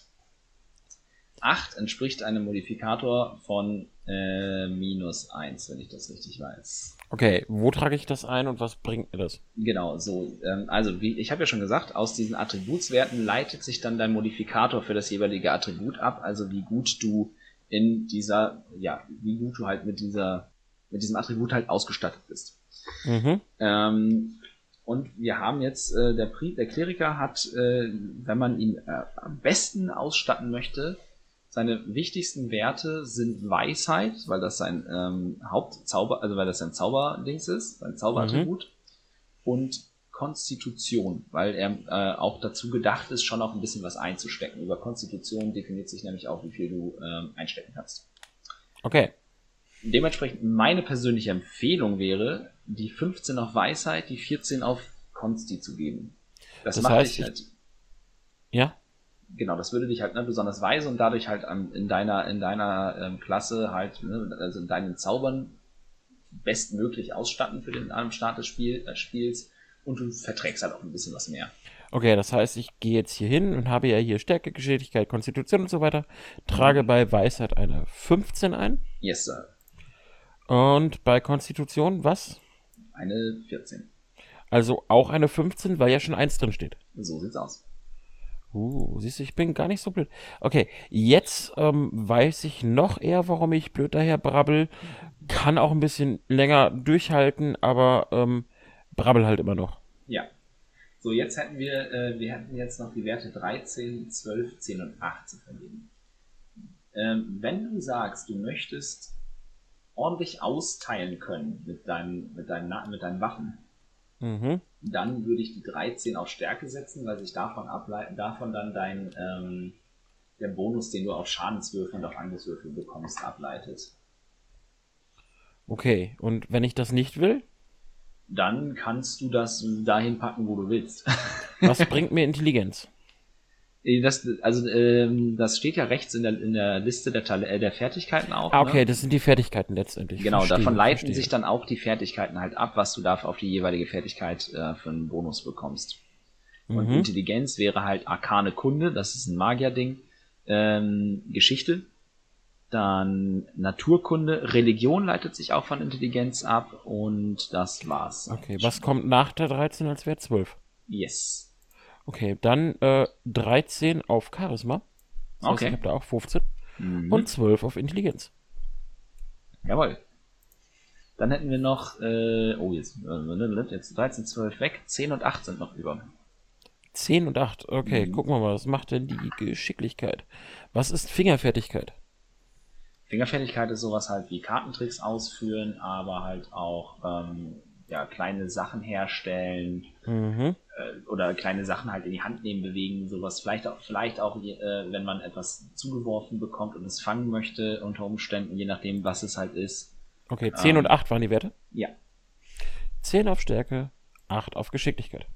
S1: acht entspricht einem Modifikator von äh, minus eins, wenn ich das richtig weiß.
S2: Okay, wo trage ich das ein und was bringt mir das?
S1: Genau, so. Ähm, also, wie ich habe ja schon gesagt, aus diesen Attributswerten leitet sich dann dein Modifikator für das jeweilige Attribut ab, also wie gut du in dieser, ja, wie gut du halt mit dieser, mit diesem Attribut halt ausgestattet bist. Mhm. Ähm, und wir haben jetzt, äh, der, Pri der Kleriker hat, äh, wenn man ihn äh, am besten ausstatten möchte, seine wichtigsten Werte sind Weisheit, weil das sein ähm, Hauptzauber, also weil das sein Zauberdings ist, sein Zauberattribut, mhm. und Konstitution, weil er äh, auch dazu gedacht ist, schon auch ein bisschen was einzustecken. Über Konstitution definiert sich nämlich auch, wie viel du ähm, einstecken kannst.
S2: Okay.
S1: Dementsprechend meine persönliche Empfehlung wäre, die fünfzehn auf Weisheit, die vierzehn auf Konsti zu geben. Das, das macht heißt, dich halt.
S2: Ich... Ja.
S1: Genau, das würde dich halt ne, besonders weise und dadurch halt an, in deiner, in deiner ähm, Klasse halt, ne, also in deinen Zaubern bestmöglich ausstatten für den am Start des Spiel, äh, Spiels und du verträgst halt auch ein bisschen was mehr.
S2: Okay, das heißt, ich gehe jetzt hier hin und habe ja hier Stärke, Geschicklichkeit, Konstitution und so weiter, trage mhm. bei Weisheit eine fünfzehn ein.
S1: Yes, sir.
S2: Und bei Konstitution was?
S1: Eine vierzehn.
S2: Also auch eine fünfzehn, weil ja schon eins drin steht.
S1: So sieht's aus.
S2: Uh, siehst du, ich bin gar nicht so blöd. Okay, jetzt ähm, weiß ich noch eher, warum ich blöd daher brabbel. Kann auch ein bisschen länger durchhalten, aber ähm, brabbel halt immer noch.
S1: Ja. So, jetzt hätten wir, äh, wir hätten jetzt noch die Werte dreizehn, zwölf, zehn und acht zu vergeben. Ähm, wenn du sagst, du möchtest ordentlich austeilen können mit deinen, mit deinen, mit deinen Waffen, mhm. dann würde ich die dreizehn auf Stärke setzen, weil sich davon ableiten, davon dann dein ähm, der Bonus, den du auf Schadenswürfe und auf Angriffswürfe bekommst, ableitet.
S2: Okay, und wenn ich das nicht will?
S1: Dann kannst du das dahin packen, wo du willst.
S2: Was bringt mir Intelligenz?
S1: Das, also ähm, das steht ja rechts in der, in der Liste der, äh, der Fertigkeiten auch.
S2: Ah, okay,
S1: ne?
S2: Das sind die Fertigkeiten letztendlich.
S1: Genau,
S2: verstehe,
S1: davon leiten
S2: verstehe.
S1: sich dann auch die Fertigkeiten halt ab, was du da auf die jeweilige Fertigkeit äh, für einen Bonus bekommst. Und mhm. Intelligenz wäre halt Arkane Kunde, das ist ein Magier-Ding. Ähm, Geschichte, dann Naturkunde, Religion leitet sich auch von Intelligenz ab und das war's.
S2: Okay, was kommt nach der dreizehn als Wert? zwölf?
S1: Yes.
S2: Okay, dann äh, dreizehn auf Charisma. Das heißt,
S1: okay.
S2: Ich habe da auch fünfzehn. Mhm. Und zwölf auf Intelligenz.
S1: Jawohl. Dann hätten wir noch, äh, oh, jetzt, äh, jetzt dreizehn, zwölf weg, zehn und acht sind noch über.
S2: zehn und acht, okay, mhm. Gucken wir mal, was macht denn die Geschicklichkeit? Was ist Fingerfertigkeit?
S1: Fingerfertigkeit ist sowas halt wie Kartentricks ausführen, aber halt auch ähm, ja, kleine Sachen herstellen mhm. äh, oder kleine Sachen halt in die Hand nehmen, bewegen, sowas. Vielleicht auch, vielleicht auch äh, wenn man etwas zugeworfen bekommt und es fangen möchte, unter Umständen, je nachdem, was es halt ist.
S2: Okay, zehn und
S1: Ähm,
S2: acht waren die Werte.
S1: ja,
S2: zehn auf Stärke, acht auf Geschicklichkeit.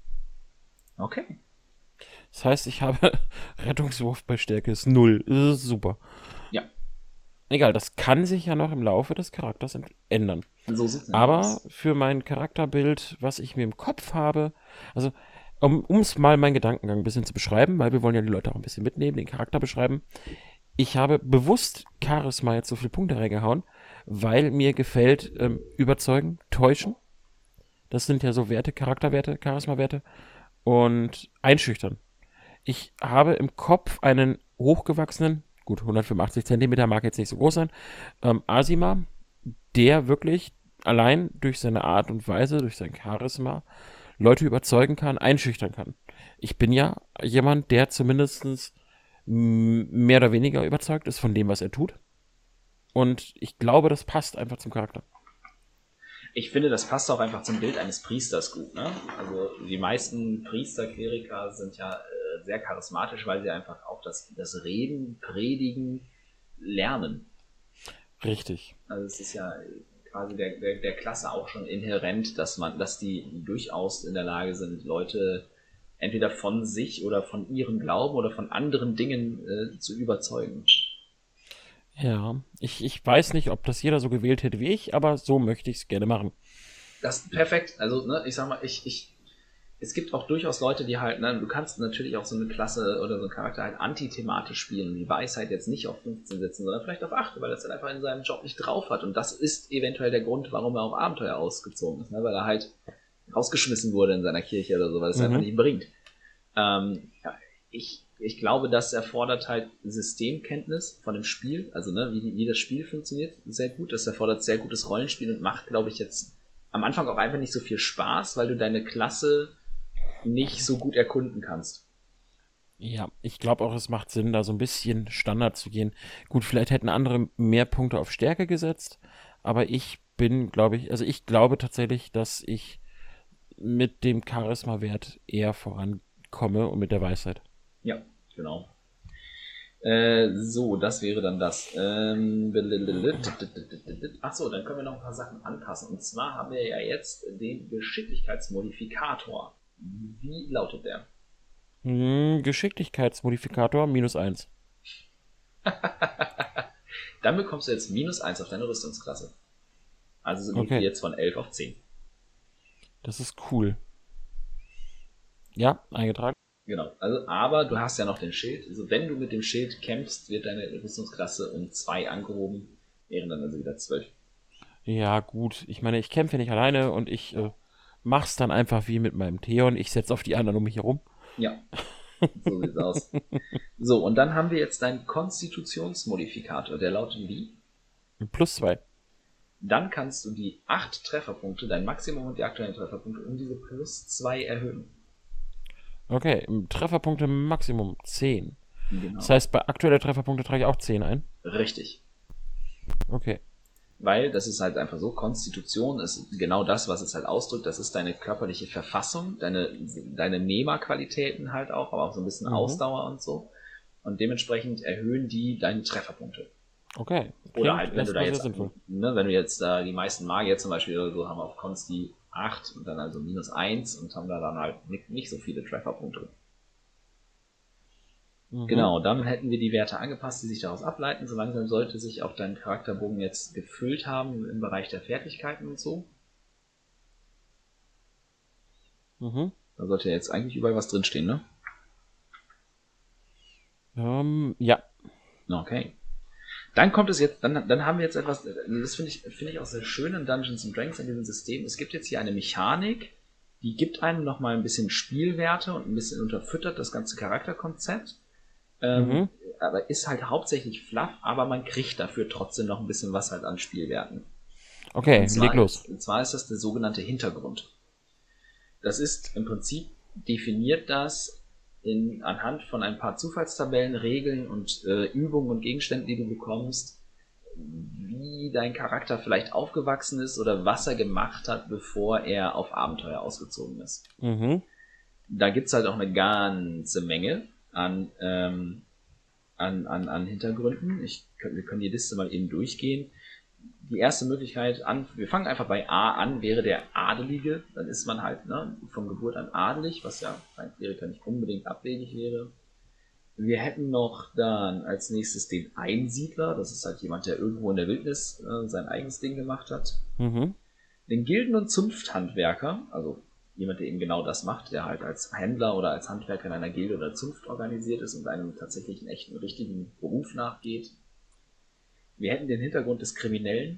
S1: okay.
S2: Das heißt, ich habe Rettungswurf bei Stärke ist null. Das ist super.
S1: Ja,
S2: Egal, das kann sich ja noch im Laufe des Charakters ent- ändern.
S1: so sieht's nämlich
S2: Aber
S1: aus.
S2: für mein Charakterbild, was ich mir im Kopf habe, also um es mal meinen Gedankengang ein bisschen zu beschreiben, weil wir wollen ja die Leute auch ein bisschen mitnehmen, den Charakter beschreiben. Ich habe bewusst Charisma jetzt so viele Punkte reingehauen, weil mir gefällt ähm, überzeugen, täuschen. Das sind ja so Werte, Charakterwerte, Charisma-Werte und einschüchtern. Ich habe im Kopf einen hochgewachsenen, gut, hundertfünfundachtzig Zentimeter mag jetzt nicht so groß sein, ähm, Asima, der wirklich allein durch seine Art und Weise, durch sein Charisma Leute überzeugen kann, einschüchtern kann. Ich bin ja jemand, der zumindest mehr oder weniger überzeugt ist von dem, was er tut. Und ich glaube, das passt einfach zum Charakter.
S1: Ich finde, das passt auch einfach zum Bild eines Priesters gut. Ne? Also die meisten Priester, Kleriker sind ja äh, sehr charismatisch, weil sie einfach auch das, das Reden, Predigen lernen.
S2: Richtig.
S1: Also es ist ja quasi der, der, der Klasse auch schon inhärent, dass man, dass die durchaus in der Lage sind, Leute entweder von sich oder von ihrem Glauben oder von anderen Dingen äh, zu überzeugen.
S2: Ja, ich, ich weiß nicht, ob das jeder so gewählt hätte wie ich, aber so möchte ich es gerne machen.
S1: Das ist perfekt. Also, ne, ich sag mal, ich, ich, es gibt auch durchaus Leute, die halt, ne, du kannst natürlich auch so eine Klasse oder so einen Charakter halt antithematisch spielen, die Weisheit jetzt nicht auf fünfzehn setzen, sondern vielleicht auf acht, weil er es dann einfach in seinem Job nicht drauf hat. Und das ist eventuell der Grund, warum er auf Abenteuer ausgezogen ist, ne, weil er halt rausgeschmissen wurde in seiner Kirche oder so, weil es
S2: Mhm.
S1: einfach nicht bringt. Ähm, ja, ich, ich glaube, das erfordert halt Systemkenntnis von dem Spiel, also ne, wie, wie das Spiel funktioniert, sehr gut. Das erfordert sehr gutes Rollenspiel und macht, glaube ich, jetzt am Anfang auch einfach nicht so viel Spaß, weil du deine Klasse nicht so gut erkunden kannst.
S2: Ja, ich glaube auch, es macht Sinn, da so ein bisschen Standard zu gehen. Gut, vielleicht hätten andere mehr Punkte auf Stärke gesetzt, aber ich bin, glaube ich, also ich glaube tatsächlich, dass ich mit dem Charisma-Wert eher vorankomme und mit der Weisheit.
S1: Ja, genau. Äh, so, das wäre dann das. Ähm, Achso, dann können wir noch ein paar Sachen anpassen. Und zwar haben wir ja jetzt den Geschicklichkeitsmodifikator. Wie lautet der?
S2: Hm, Geschicklichkeitsmodifikator minus eins.
S1: Dann bekommst du jetzt minus eins auf deine Rüstungsklasse. Also so geht sie
S2: Okay,
S1: jetzt von elf auf zehn.
S2: das ist cool. Ja, eingetragen.
S1: Genau. Also, aber du hast ja noch den Schild. Also wenn du mit dem Schild kämpfst, wird deine Rüstungsklasse um zwei angehoben. Wären dann also wieder zwölf.
S2: Ja, gut. Ich meine, ich kämpfe nicht alleine und ich äh, mach's dann einfach wie mit meinem Theon. Ich setze auf die anderen um mich herum.
S1: Ja, so sieht's aus. So, und dann haben wir jetzt deinen Konstitutionsmodifikator. Der lautet wie?
S2: Plus zwei.
S1: Dann kannst du die acht Trefferpunkte, dein Maximum und die aktuellen Trefferpunkte, um diese plus zwei erhöhen.
S2: Okay, im Trefferpunkte Maximum zehn. Das
S1: Genau.
S2: heißt, bei aktueller Trefferpunkte trage ich auch zehn ein.
S1: Richtig.
S2: Okay.
S1: Weil das ist halt einfach so, Konstitution ist genau das, was es halt ausdrückt. Das ist deine körperliche Verfassung, deine, deine Nehmerqualitäten halt auch, aber auch so ein bisschen
S2: Mhm.
S1: Ausdauer und so. Und dementsprechend erhöhen die deine Trefferpunkte.
S2: Okay.
S1: Oder halt, wenn du da
S2: erstmal sehr
S1: jetzt,
S2: sinnvoll.
S1: ne, wenn du jetzt äh, die meisten Magier zum Beispiel oder so haben auf Konsti acht und dann also minus eins und haben da dann halt nicht, nicht so viele Trefferpunkte.
S2: Mhm.
S1: Genau, damit hätten wir die Werte angepasst, die sich daraus ableiten. So langsam sollte sich auch dein Charakterbogen jetzt gefüllt haben im Bereich der Fertigkeiten und so.
S2: Mhm.
S1: Da sollte jetzt eigentlich überall was drinstehen, ne?
S2: Ähm, ja.
S1: Okay. Dann kommt es jetzt, dann, dann haben wir jetzt etwas, das finde ich, finde ich auch sehr schön in Dungeons and Dragons in diesem System. Es gibt jetzt hier eine Mechanik, die gibt einem nochmal ein bisschen Spielwerte und ein bisschen unterfüttert das ganze Charakterkonzept. Ähm,
S2: Mhm.
S1: aber ist halt hauptsächlich fluff, aber man kriegt dafür trotzdem noch ein bisschen was halt an Spielwerten.
S2: Okay,
S1: Und zwar
S2: leg los.
S1: Ist, und zwar ist das der sogenannte Hintergrund. Das ist im Prinzip definiert das in, anhand von ein paar Zufallstabellen, Regeln und äh, Übungen und Gegenständen, die du bekommst, wie dein Charakter vielleicht aufgewachsen ist oder was er gemacht hat, bevor er auf Abenteuer ausgezogen ist.
S2: Mhm.
S1: Da gibt's halt auch eine ganze Menge an, ähm, an, an, an Hintergründen. Ich, wir können die Liste mal eben durchgehen. die erste Möglichkeit an, wir fangen einfach bei A an, wäre der Adelige. Dann ist man halt ne, von Geburt an adelig, was ja ein Kleriker nicht unbedingt abwegig wäre. Wir hätten noch dann als nächstes den Einsiedler. Das ist halt jemand, der irgendwo in der Wildnis äh, sein eigenes Ding gemacht hat.
S2: Mhm.
S1: Den Gilden- und Zunfthandwerker, also jemand, der eben genau das macht, der halt als Händler oder als Handwerker in einer Gilde oder Zunft organisiert ist und einem tatsächlich einen echten, richtigen Beruf nachgeht. Wir hätten den Hintergrund des Kriminellen.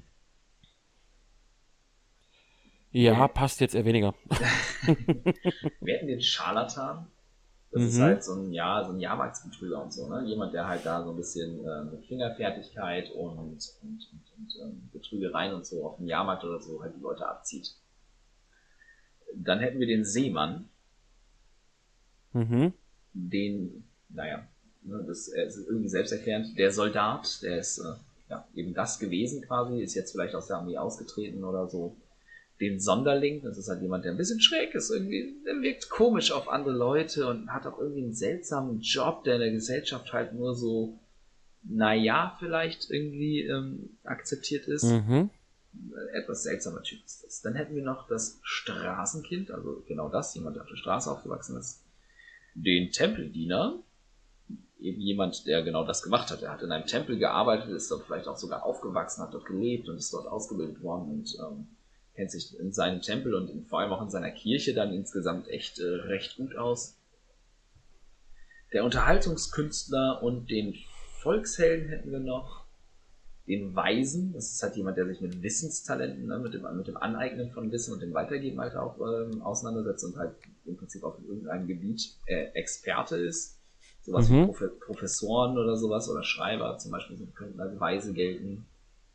S2: Ja,
S1: Ja.
S2: passt jetzt eher weniger.
S1: Wir hätten den Scharlatan. Das
S2: Mhm.
S1: ist halt so ein, ja, so ein Jahrmarktsbetrüger und so, ne? Jemand, der halt da so ein bisschen äh, mit Fingerfertigkeit und, und, und, und ähm, Betrügereien und so auf dem Jahrmarkt oder so halt die Leute abzieht. Dann hätten wir den Seemann.
S2: Mhm.
S1: Den, naja, ne, das ist irgendwie selbsterklärend. Der Soldat, der ist äh, ja, eben das gewesen quasi, ist jetzt vielleicht aus der Armee ausgetreten oder so. Den Sonderling, das ist halt jemand, der ein bisschen schräg ist, irgendwie, der wirkt komisch auf andere Leute und hat auch irgendwie einen seltsamen Job, der in der Gesellschaft halt nur so, naja, vielleicht irgendwie ähm, akzeptiert ist.
S2: Mhm.
S1: Etwas seltsamer Typ ist das. Dann hätten wir noch das Straßenkind, also genau das, jemand, der auf der Straße aufgewachsen ist. Den Tempeldiener, eben jemand, der genau das gemacht hat. Er hat in einem Tempel gearbeitet, ist dort vielleicht auch sogar aufgewachsen, hat dort gelebt und ist dort ausgebildet worden und ähm, kennt sich in seinem Tempel und in, vor allem auch in seiner Kirche dann insgesamt echt äh, recht gut aus. Der Unterhaltungskünstler und den Volkshelden hätten wir noch. Den Weisen, das ist halt jemand, der sich mit Wissenstalenten, ne, mit, dem, mit dem Aneignen von Wissen und dem Weitergeben halt auch ähm, auseinandersetzt und halt im Prinzip auf irgendeinem Gebiet äh, Experte ist. Sowas
S2: Mhm.
S1: wie Profe- Professoren oder sowas oder Schreiber zum Beispiel könnten als Weise gelten.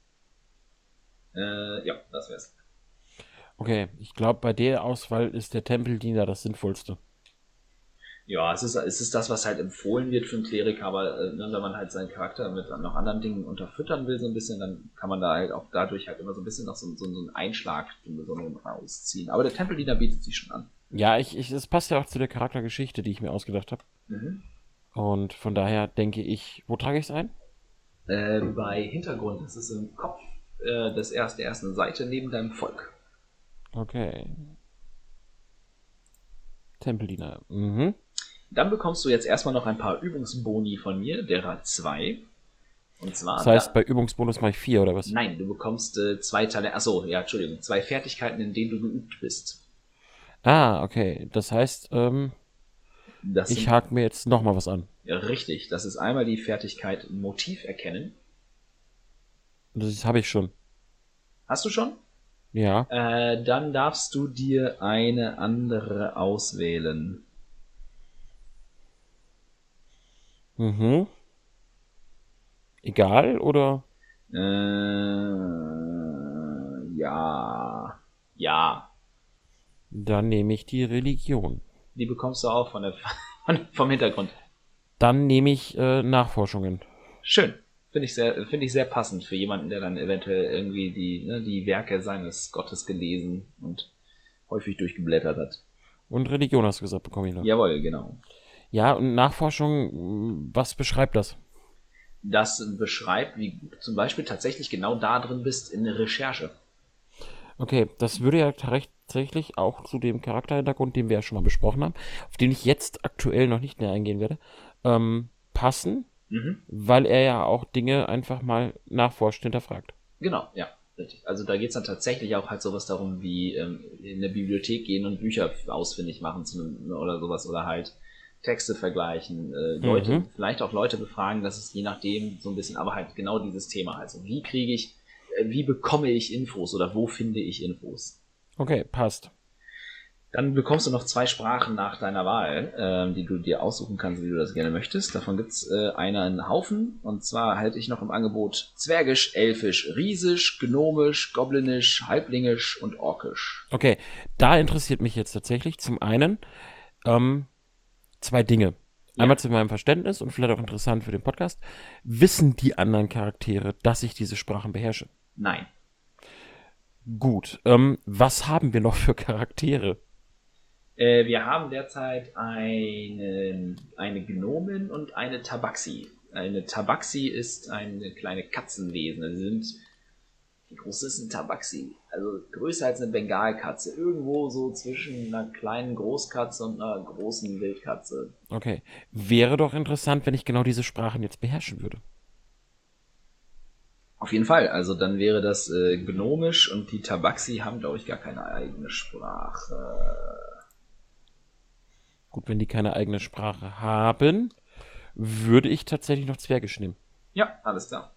S1: Äh, ja, das wär's.
S2: Okay, ich glaube, bei der Auswahl ist der Tempeldiener das Sinnvollste.
S1: Ja, es ist, es ist das, was halt empfohlen wird für einen Kleriker, aber äh, ne, wenn man halt seinen Charakter mit noch anderen Dingen unterfüttern will, so ein bisschen, dann kann man da halt auch dadurch halt immer so ein bisschen noch so, so, so einen Einschlag, so einen besonderen rausziehen. Aber der Tempeldiener bietet sich schon an.
S2: Ja, ich, ich, es passt ja auch zu der Charaktergeschichte, die ich mir ausgedacht habe.
S1: Mhm.
S2: Und von daher denke ich, wo trage ich es ein?
S1: Äh, bei Hintergrund, das ist im Kopf äh, des erst, der ersten Seite neben deinem Volk.
S2: Okay. Tempeldiener. Mhm.
S1: Dann bekommst du jetzt erstmal noch ein paar Übungsboni von mir, derer zwei. Und zwar
S2: Das heißt,
S1: da,
S2: bei Übungsbonus mache ich vier, oder was?
S1: nein, du bekommst äh, zwei Talente, achso, ja, Entschuldigung, zwei Fertigkeiten, in denen du geübt bist.
S2: Ah, okay. Das heißt, ähm,
S1: Das
S2: ich
S1: sind,
S2: hake mir jetzt nochmal was an.
S1: ja, richtig, das ist einmal die Fertigkeit Motiv erkennen.
S2: Das habe ich schon.
S1: Hast du schon?
S2: Ja.
S1: Äh, dann darfst du dir eine andere auswählen.
S2: Mhm. Egal, oder?
S1: Äh, ja. Ja.
S2: Dann nehme ich die Religion.
S1: Die bekommst du auch von der, von, vom Hintergrund.
S2: Dann nehme ich äh, Nachforschungen.
S1: Schön. Finde ich sehr, finde ich sehr passend für jemanden, der dann eventuell irgendwie die, ne, die Werke seines Gottes gelesen und häufig durchgeblättert hat.
S2: Und Religion hast du gesagt, bekomme ich noch.
S1: Jawohl, genau.
S2: Ja, und Nachforschung, was beschreibt das?
S1: Das beschreibt, wie du zum Beispiel tatsächlich genau da drin bist in der Recherche.
S2: Okay, das würde ja tatsächlich auch zu dem Charakterhintergrund, den wir ja schon mal besprochen haben, auf den ich jetzt aktuell noch nicht näher eingehen werde, ähm, passen,
S1: Mhm.
S2: weil er ja auch Dinge einfach mal nachforscht, hinterfragt.
S1: Genau, ja, richtig. Also da geht's dann tatsächlich auch halt sowas darum, wie ähm, in eine Bibliothek gehen und Bücher ausfindig machen zu, oder sowas oder halt Texte vergleichen, äh, Leute,
S2: Mhm.
S1: vielleicht auch Leute befragen, das ist je nachdem so ein bisschen, aber halt genau dieses Thema. Also wie kriege ich, äh, wie bekomme ich Infos oder wo finde ich Infos?
S2: Okay, passt.
S1: Dann bekommst du noch zwei Sprachen nach deiner Wahl, ähm, die du dir aussuchen kannst, wie du das gerne möchtest. Davon gibt's äh, einen Haufen. Und zwar halte ich noch im Angebot Zwergisch, Elfisch, Riesisch, Gnomisch, Goblinisch, Halblingisch und Orkisch.
S2: Okay, da interessiert mich jetzt tatsächlich zum einen ähm, zwei Dinge.
S1: Ja.
S2: Einmal zu meinem Verständnis und vielleicht auch interessant für den Podcast. Wissen die anderen Charaktere, dass ich diese Sprachen beherrsche?
S1: Nein.
S2: Gut. Ähm, was haben wir noch für Charaktere?
S1: Äh, wir haben derzeit einen, eine Gnomin und eine Tabaxi. Eine Tabaxi ist eine kleine Katzenwesen. Sie sind Wie groß ist ein Tabaxi? Also größer als eine Bengalkatze. Irgendwo so zwischen einer kleinen Großkatze und einer großen Wildkatze.
S2: Okay. Wäre doch interessant, wenn ich genau diese Sprachen jetzt beherrschen würde.
S1: Auf jeden Fall. Also dann wäre das äh, gnomisch und die Tabaxi haben, glaube ich, gar keine eigene Sprache.
S2: Gut, wenn die keine eigene Sprache haben, würde ich tatsächlich noch Zwergisch nehmen.
S1: Ja, alles klar.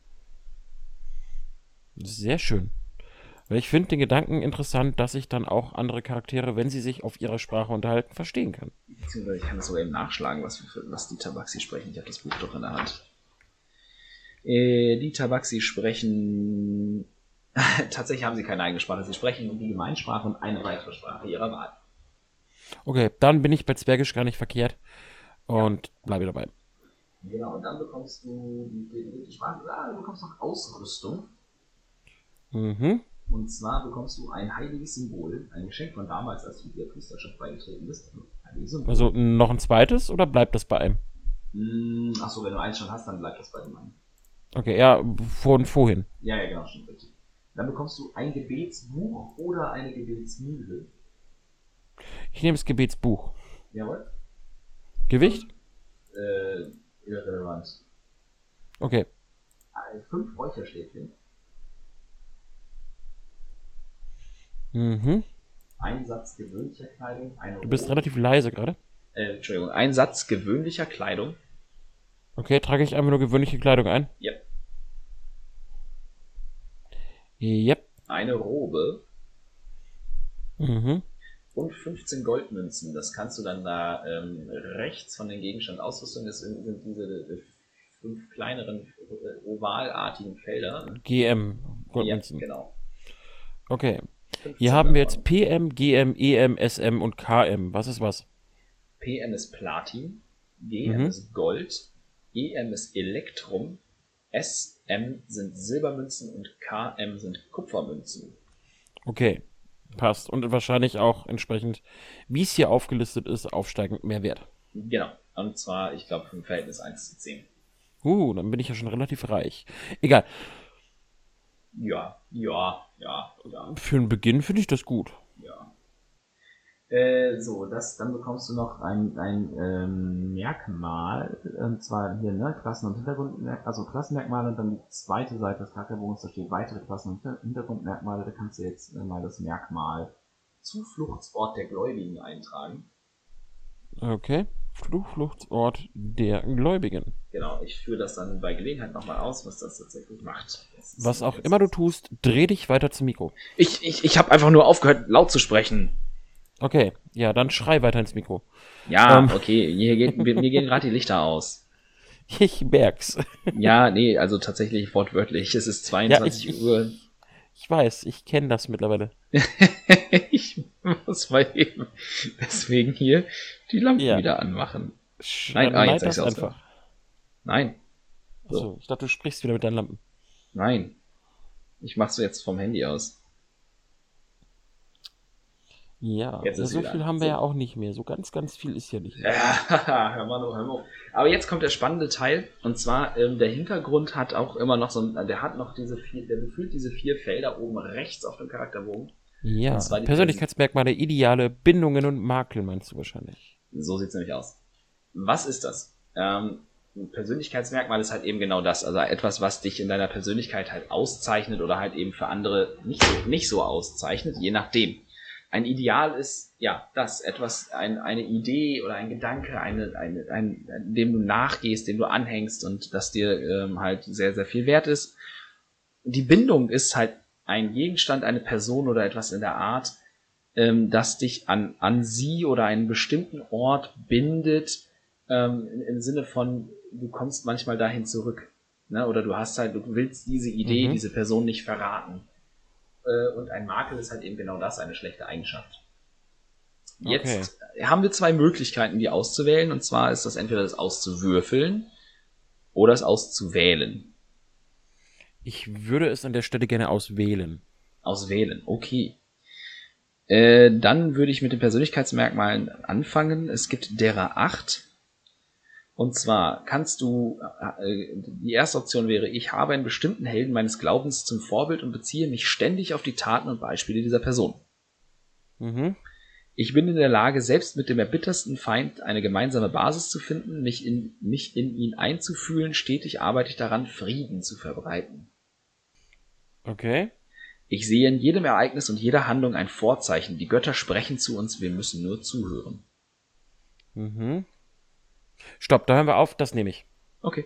S2: Sehr schön. Weil ich finde den Gedanken interessant, dass ich dann auch andere Charaktere, wenn sie sich auf ihrer Sprache unterhalten, verstehen kann.
S1: Beziehungsweise ich kann das sogar eben nachschlagen, was, was die Tabaxi sprechen. Ich habe das Buch doch in der Hand. Äh, die Tabaxi sprechen... Tatsächlich haben sie keine eigene Sprache. Sie sprechen die Gemeinsprache und eine weitere Sprache ihrer Wahl.
S2: Okay, dann bin ich bei Zwergisch gar nicht verkehrt und bleibe dabei.
S1: Genau, und dann bekommst du die, die Sprache, ah, du bekommst noch Ausrüstung.
S2: Mhm.
S1: Und zwar bekommst du ein heiliges Symbol, ein Geschenk von damals, als du der Priesterschaft beigetreten bist.
S2: Also noch ein zweites oder bleibt das bei einem?
S1: Mm, achso, wenn du eins schon hast, dann bleibt das bei dem einen.
S2: Okay, ja, von vorhin.
S1: Ja, ja, genau, stimmt richtig. Dann bekommst du ein Gebetsbuch oder eine Gebetsmühle.
S2: Ich nehme das Gebetsbuch.
S1: Jawohl.
S2: Gewicht?
S1: Äh, irrelevant.
S2: Okay.
S1: Fünf Räucherstäbchen.
S2: Mhm.
S1: Ein Satz gewöhnlicher Kleidung. Eine
S2: Du bist
S1: Robe.
S2: relativ leise gerade.
S1: Äh, Entschuldigung, ein Satz gewöhnlicher Kleidung.
S2: Okay, trage ich einfach nur gewöhnliche Kleidung ein?
S1: Yep.
S2: Yep.
S1: Eine Robe.
S2: Mhm.
S1: Und fünfzehn Goldmünzen. Das kannst du dann da ähm, rechts von den Gegenstand Ausrüstung. Das sind diese äh, fünf kleineren äh, ovalartigen Felder.
S2: G M. Goldmünzen.
S1: Ja, genau.
S2: Okay. Hier haben wir jetzt P M, G M, E M, S M und K M. Was ist was?
S1: P M ist Platin, G M
S2: Mhm.
S1: ist Gold, E M ist Elektrum, S M sind Silbermünzen und K M sind Kupfermünzen.
S2: Okay. Passt. Und wahrscheinlich auch entsprechend, wie es hier aufgelistet ist, aufsteigend mehr Wert.
S1: Genau. Und zwar, ich glaube, im Verhältnis eins zu zehn.
S2: Uh, dann bin ich ja schon relativ reich. Egal.
S1: Ja, ja, ja, ja.
S2: Für den Beginn finde ich das gut.
S1: Ja. Äh, so, das, dann bekommst du noch ein, ein ähm, Merkmal, und zwar hier, ne, Klassen- und Hintergrundmerkmale, also Klassenmerkmale und dann die zweite Seite des Charakterbogens, da steht weitere Klassen- und Hintergrundmerkmale, da kannst du jetzt äh, mal das Merkmal Zufluchtsort der Gläubigen eintragen.
S2: Okay. Zufluchtsort der Gläubigen.
S1: Genau, ich führe das dann bei Gelegenheit nochmal aus, was das tatsächlich macht. Das
S2: Was auch immer du tust, dreh dich weiter zum Mikro.
S1: Ich, ich, ich habe einfach nur aufgehört, laut zu sprechen.
S2: Okay, ja, dann schrei weiter ins Mikro.
S1: Ja,
S2: Ähm.
S1: okay, hier geht, mir, mir gehen gerade die Lichter aus.
S2: Ich merk's.
S1: Ja, nee, also tatsächlich wortwörtlich. Es ist zweiundzwanzig
S2: Ja, ich,
S1: Uhr.
S2: Ich weiß, ich kenne das mittlerweile.
S1: Ich muss mal eben deswegen hier die Lampen
S2: Ja.
S1: wieder anmachen.
S2: Sch
S1: Nein,
S2: dann
S1: ah,
S2: leid
S1: jetzt hab
S2: das
S1: ich's
S2: einfach.
S1: Nein, So.
S2: Achso, ich dachte, du sprichst wieder mit deinen Lampen.
S1: nein. Ich mach's jetzt vom Handy aus.
S2: Ja,
S1: Jetzt
S2: ja
S1: ist
S2: so
S1: wieder
S2: viel
S1: an.
S2: haben wir
S1: So.
S2: ja auch nicht mehr. So ganz, ganz viel ist ja nicht mehr.
S1: Ja, hör mal, nur, hör mal. Aber jetzt kommt der spannende Teil. Und zwar, ähm, der Hintergrund hat auch immer noch so ein, der hat noch diese vier, der befüllt diese vier Felder oben rechts auf dem Charakterbogen.
S2: Ja,
S1: Und zwar die
S2: Persönlichkeitsmerkmale, Ideale, Bindungen und Makel meinst du wahrscheinlich.
S1: So sieht's nämlich aus. Was ist das? Ähm, ein Persönlichkeitsmerkmal ist halt eben genau das. Also etwas, was dich in deiner Persönlichkeit halt auszeichnet oder halt eben für andere nicht so, nicht so auszeichnet, je nachdem. Ein Ideal ist, ja, das, etwas, ein, eine Idee oder ein Gedanke, eine, eine, ein, dem du nachgehst, dem du anhängst und das dir ähm, halt sehr, sehr viel wert ist. Die Bindung ist halt ein Gegenstand, eine Person oder etwas in der Art, ähm, das dich an, an sie oder einen bestimmten Ort bindet, ähm, im, im Sinne von, du kommst manchmal dahin zurück. Ne? Oder du hast halt, du willst diese Idee,
S2: Mhm.
S1: diese Person nicht verraten. Äh, und ein Makel ist halt eben genau das, eine schlechte Eigenschaft. Jetzt haben wir zwei Möglichkeiten, die auszuwählen. Und zwar ist das entweder das auszuwürfeln oder das auszuwählen.
S2: Ich würde es an der Stelle gerne auswählen.
S1: Auswählen, okay. Äh, dann würde ich mit den Persönlichkeitsmerkmalen anfangen. Es gibt derer acht. Und zwar kannst du, äh, die erste Option wäre, ich habe einen bestimmten Helden meines Glaubens zum Vorbild und beziehe mich ständig auf die Taten und Beispiele dieser Person.
S2: Mhm.
S1: Ich bin in der Lage, selbst mit dem erbittersten Feind eine gemeinsame Basis zu finden, mich in, mich in ihn einzufühlen, stetig arbeite ich daran, Frieden zu verbreiten.
S2: Okay.
S1: Ich sehe in jedem Ereignis und jeder Handlung ein Vorzeichen. Die Götter sprechen zu uns, wir müssen nur zuhören.
S2: Mhm. Stopp, da hören wir auf, das nehme ich.
S1: Okay.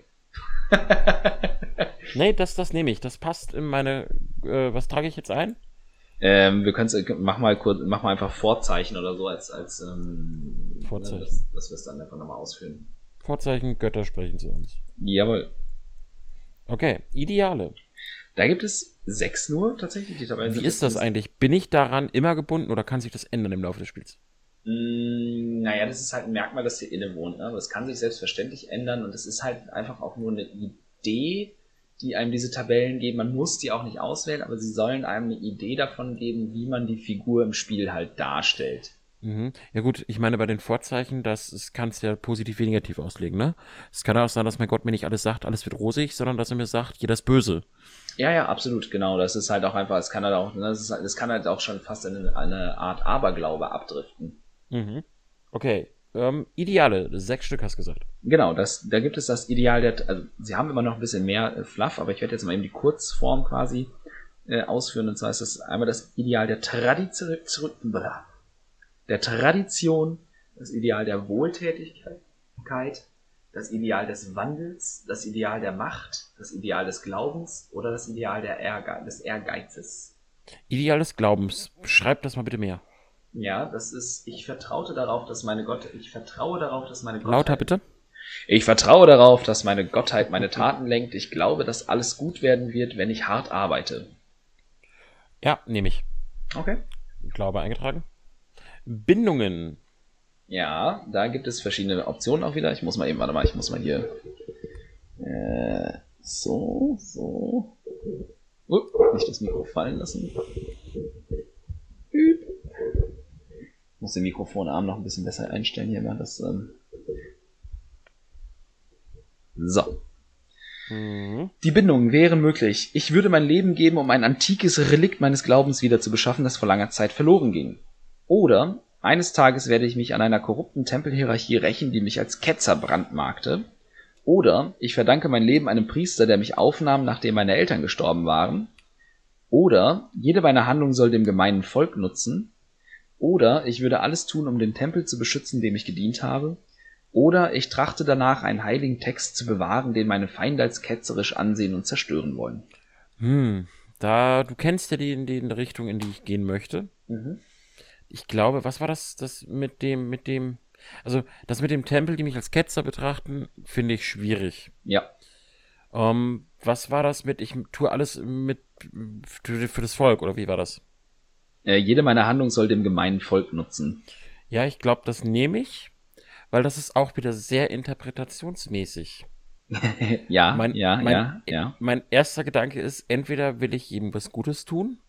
S2: Nee, das, das nehme ich. Das passt in meine. Äh, was trage ich jetzt ein?
S1: Ähm, wir können mach mal kurz, mach mal einfach Vorzeichen oder so als, als ähm,
S2: Vorzeichen.
S1: dass, dass wir es dann einfach nochmal ausführen.
S2: Vorzeichen, Götter sprechen zu uns.
S1: Jawohl.
S2: Okay, Ideale.
S1: Da gibt es sechs nur tatsächlich. Die Tabellen
S2: Wie
S1: sind
S2: ist das
S1: jetzt-
S2: eigentlich? Bin ich daran immer gebunden oder kann sich das ändern im Laufe des Spiels?
S1: Mm, Naja, das ist halt ein Merkmal, das hier inne wohnt. Ne? Aber es kann sich selbstverständlich ändern und es ist halt einfach auch nur eine Idee, die einem diese Tabellen geben. Man muss die auch nicht auswählen, aber sie sollen einem eine Idee davon geben, wie man die Figur im Spiel halt darstellt.
S2: Mhm. Ja gut, ich meine bei den Vorzeichen, das, das kannst du ja positiv wie negativ auslegen, ne? Es kann auch sein, dass mein Gott mir nicht alles sagt, alles wird rosig, sondern dass er mir sagt, jeder ist böse.
S1: Ja, ja, absolut, genau. Das ist halt auch einfach, es kann halt auch, das, ist, das kann halt auch schon fast in eine Art Aberglaube abdriften.
S2: Mhm. Okay, ähm, Ideale, sechs Stück hast du gesagt.
S1: Genau, das, da gibt es das Ideal der, also sie haben immer noch ein bisschen mehr äh, Fluff, aber ich werde jetzt mal eben die Kurzform quasi äh, ausführen. Und zwar ist das einmal das Ideal der Tradition, der Tradition, das Ideal der Wohltätigkeit, das Ideal des Wandels, das Ideal der Macht, das Ideal des Glaubens oder das Ideal der Ehrge des Ehrgeizes.
S2: Ideal des Glaubens, schreib das mal bitte mehr.
S1: Ja, das ist, ich vertraute darauf, dass meine Gott, ich vertraue darauf, dass meine Gottheit...
S2: Lauter bitte.
S1: Ich vertraue darauf, dass meine Gottheit meine Taten lenkt. Ich glaube, dass alles gut werden wird, wenn ich hart arbeite.
S2: Ja, nehme ich.
S1: Okay.
S2: Glaube eingetragen. Bindungen.
S1: Ja, da gibt es verschiedene Optionen auch wieder. Ich muss mal eben, warte mal, ich muss mal hier... Äh, so, so... Uh, nicht das Mikro fallen lassen. Ich muss den Mikrofonarm noch ein bisschen besser einstellen hier. Das, ähm so.
S2: Mhm.
S1: Die Bindungen wären möglich. Ich würde mein Leben geben, um ein antikes Relikt meines Glaubens wieder zu beschaffen, das vor langer Zeit verloren ging. Oder eines Tages werde ich mich an einer korrupten Tempelhierarchie rächen, die mich als Ketzer brandmarkte. Oder ich verdanke mein Leben einem Priester, der mich aufnahm, nachdem meine Eltern gestorben waren. Oder jede meiner Handlungen soll dem gemeinen Volk nutzen. Oder ich würde alles tun, um den Tempel zu beschützen, dem ich gedient habe. Oder ich trachte danach, einen heiligen Text zu bewahren, den meine Feinde als ketzerisch ansehen und zerstören wollen.
S2: Hm, da, du kennst ja die, die Richtung, in die ich gehen möchte.
S1: Mhm.
S2: Ich glaube, was war das, das mit dem, mit dem, also das mit dem Tempel, die mich als Ketzer betrachten, finde ich schwierig.
S1: Ja.
S2: Ähm, was war das mit, ich tue alles mit für, für das Volk, oder wie war das?
S1: Äh, jede meiner Handlungen soll dem gemeinen Volk nutzen.
S2: Ja, ich glaube, das nehme ich, weil das ist auch wieder sehr interpretationsmäßig.
S1: ja,
S2: Mein,
S1: ja,
S2: mein,
S1: ja, ja.
S2: Mein erster Gedanke ist, entweder will ich jedem was Gutes tun,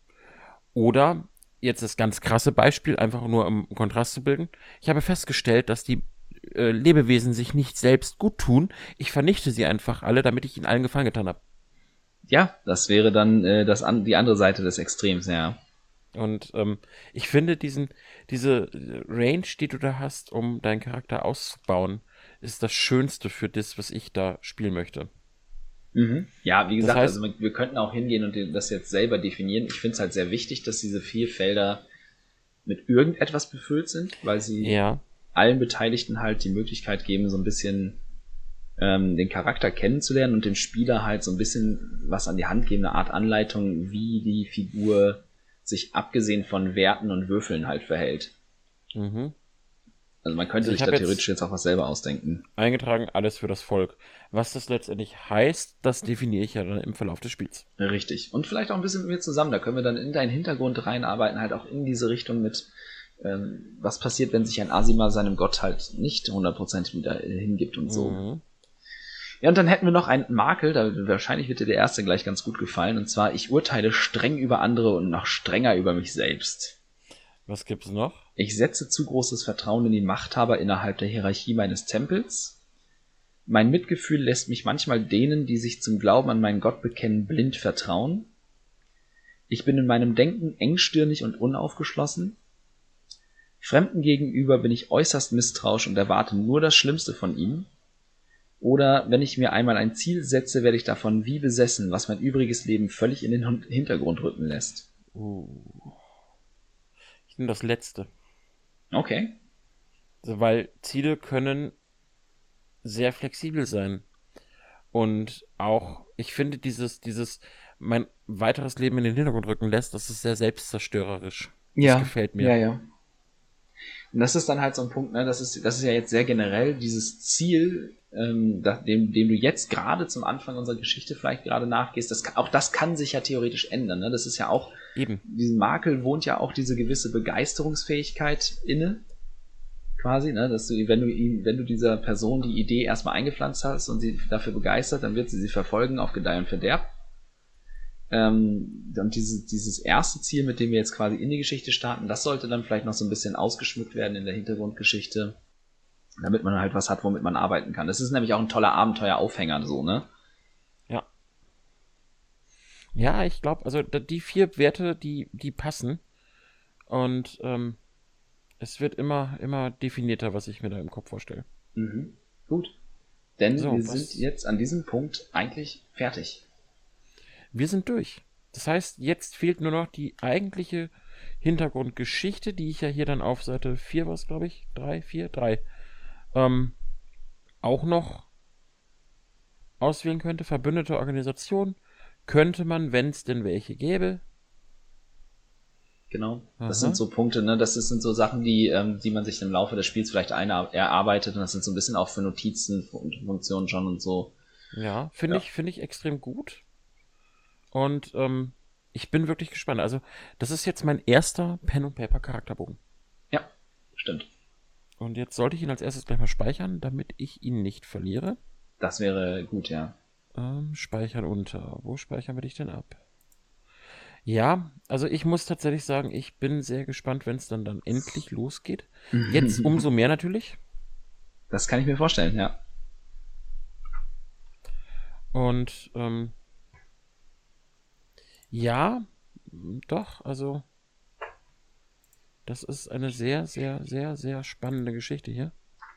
S2: oder, jetzt das ganz krasse Beispiel, einfach nur um Kontrast zu bilden, ich habe festgestellt, dass die äh, Lebewesen sich nicht selbst gut tun, ich vernichte sie einfach alle, damit ich ihnen allen Gefallen getan habe.
S1: Ja, das wäre dann äh, das an, die andere Seite des Extrems, ja.
S2: Und ähm, ich finde diesen, diese Range, die du da hast, um deinen Charakter auszubauen, ist das Schönste für das, was ich da spielen möchte.
S1: Mhm. Ja, wie gesagt,
S2: Das heißt-
S1: also wir könnten auch hingehen und das jetzt selber definieren. Ich finde es halt sehr wichtig, dass diese vier Felder mit irgendetwas befüllt sind, weil sie
S2: Ja.
S1: allen Beteiligten halt die Möglichkeit geben, so ein bisschen ähm, den Charakter kennenzulernen und dem Spieler halt so ein bisschen was an die Hand geben, eine Art Anleitung, wie die Figur sich abgesehen von Werten und Würfeln halt verhält.
S2: Mhm.
S1: Also man könnte
S2: Also ich
S1: sich
S2: hab
S1: da
S2: jetzt-
S1: theoretisch jetzt auch was selber ausdenken.
S2: Eingetragen, alles für das Volk. Was das letztendlich heißt, das definiere ich ja dann im Verlauf des Spiels.
S1: Richtig. Und vielleicht auch ein bisschen mit mir zusammen. Da können wir dann in deinen Hintergrund reinarbeiten, halt auch in diese Richtung mit, ähm, was passiert, wenn sich ein Asima seinem Gott halt nicht hundert Prozent wieder äh, hingibt und so.
S2: Mhm.
S1: Ja, und dann hätten wir noch einen Makel, da wahrscheinlich wird dir der erste gleich ganz gut gefallen, und zwar, ich urteile streng über andere und noch strenger über mich selbst.
S2: Was gibt's noch?
S1: Ich setze zu großes Vertrauen in die Machthaber innerhalb der Hierarchie meines Tempels. Mein Mitgefühl lässt mich manchmal denen, die sich zum Glauben an meinen Gott bekennen, blind vertrauen. Ich bin in meinem Denken engstirnig und unaufgeschlossen. Fremden gegenüber bin ich äußerst misstrauisch und erwarte nur das Schlimmste von ihnen. Oder wenn ich mir einmal ein Ziel setze, werde ich davon wie besessen, was mein übriges Leben völlig in den Hintergrund rücken lässt.
S2: Uh. Ich nehme das Letzte.
S1: Okay.
S2: Also, weil Ziele können sehr flexibel sein. Und auch, ich finde, dieses, dieses, mein weiteres Leben in den Hintergrund rücken lässt, das ist sehr selbstzerstörerisch.
S1: Ja,
S2: das gefällt mir.
S1: Ja, ja. Und das ist dann halt so ein Punkt, ne, das ist, das ist ja jetzt sehr generell dieses Ziel, ähm, da, dem, dem du jetzt gerade zum Anfang unserer Geschichte vielleicht gerade nachgehst, das, auch das kann sich ja theoretisch ändern, ne? Das ist ja auch,
S2: eben,
S1: diesem Makel wohnt ja auch diese gewisse Begeisterungsfähigkeit inne, quasi, ne, dass du, wenn du ihm, wenn du dieser Person die Idee erstmal eingepflanzt hast und sie dafür begeistert, dann wird sie sie verfolgen auf Gedeih und Verderb. Ähm, und dieses, dieses erste Ziel, mit dem wir jetzt quasi in die Geschichte starten, das sollte dann vielleicht noch so ein bisschen ausgeschmückt werden in der Hintergrundgeschichte, damit man halt was hat, womit man arbeiten kann. Das ist nämlich auch ein toller Abenteueraufhänger, so, ne?
S2: Ja. Ja, ich glaube, also die vier Werte, die, die passen. Und ähm, es wird immer, immer definierter, was ich mir da im Kopf vorstelle.
S1: Mhm. Gut. Denn
S2: so,
S1: wir
S2: was?
S1: sind jetzt an diesem Punkt eigentlich fertig.
S2: Wir sind durch. Das heißt, jetzt fehlt nur noch die eigentliche Hintergrundgeschichte, die ich ja hier dann auf Seite vier, was glaube ich, drei, vier, drei, ähm, auch noch auswählen könnte. Verbündete Organisation könnte man, wenn es denn welche gäbe.
S1: Genau. Das
S2: Aha.
S1: sind so Punkte, ne? Das sind so Sachen, die, ähm, die man sich im Laufe des Spiels vielleicht einer erarbeitet, und das sind so ein bisschen auch für Notizen und Funktionen schon und so.
S2: Ja, finde
S1: Ja.
S2: ich, finde ich extrem gut. Und ähm, ich bin wirklich gespannt. Also, das ist jetzt mein erster Pen and Paper Charakterbogen.
S1: Ja, stimmt.
S2: Und jetzt sollte ich ihn als erstes gleich mal speichern, damit ich ihn nicht verliere.
S1: Das wäre gut, ja.
S2: Ähm, speichern unter. Wo speichern wir dich denn ab? Ja, also ich muss tatsächlich sagen, ich bin sehr gespannt, wenn es dann, dann endlich losgeht. Jetzt umso mehr natürlich.
S1: Das kann ich mir vorstellen, ja.
S2: Und ähm, ja, doch, also das ist eine sehr, sehr, sehr, sehr spannende Geschichte hier.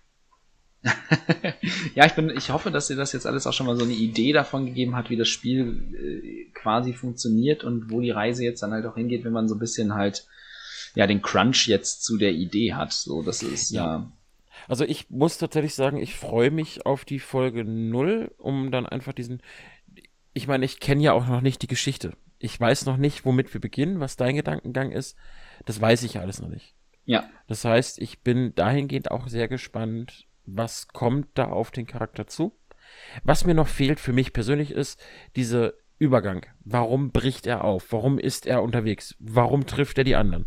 S1: Ja, ich bin, ich hoffe, dass dir das jetzt alles auch schon mal so eine Idee davon gegeben hat, wie das Spiel äh, quasi funktioniert und wo die Reise jetzt dann halt auch hingeht, wenn man so ein bisschen halt ja den Crunch jetzt zu der Idee hat. So, das ist ja. ja
S2: Also ich muss tatsächlich sagen, ich freue mich auf die Folge null, um dann einfach diesen. Ich meine, ich kenne ja auch noch nicht die Geschichte. Ich weiß noch nicht, womit wir beginnen, was dein Gedankengang ist. Das weiß ich alles noch nicht.
S1: Ja.
S2: Das heißt, ich bin dahingehend auch sehr gespannt, was kommt da auf den Charakter zu. Was mir noch fehlt für mich persönlich ist dieser Übergang. Warum bricht er auf? Warum ist er unterwegs? Warum trifft er die anderen?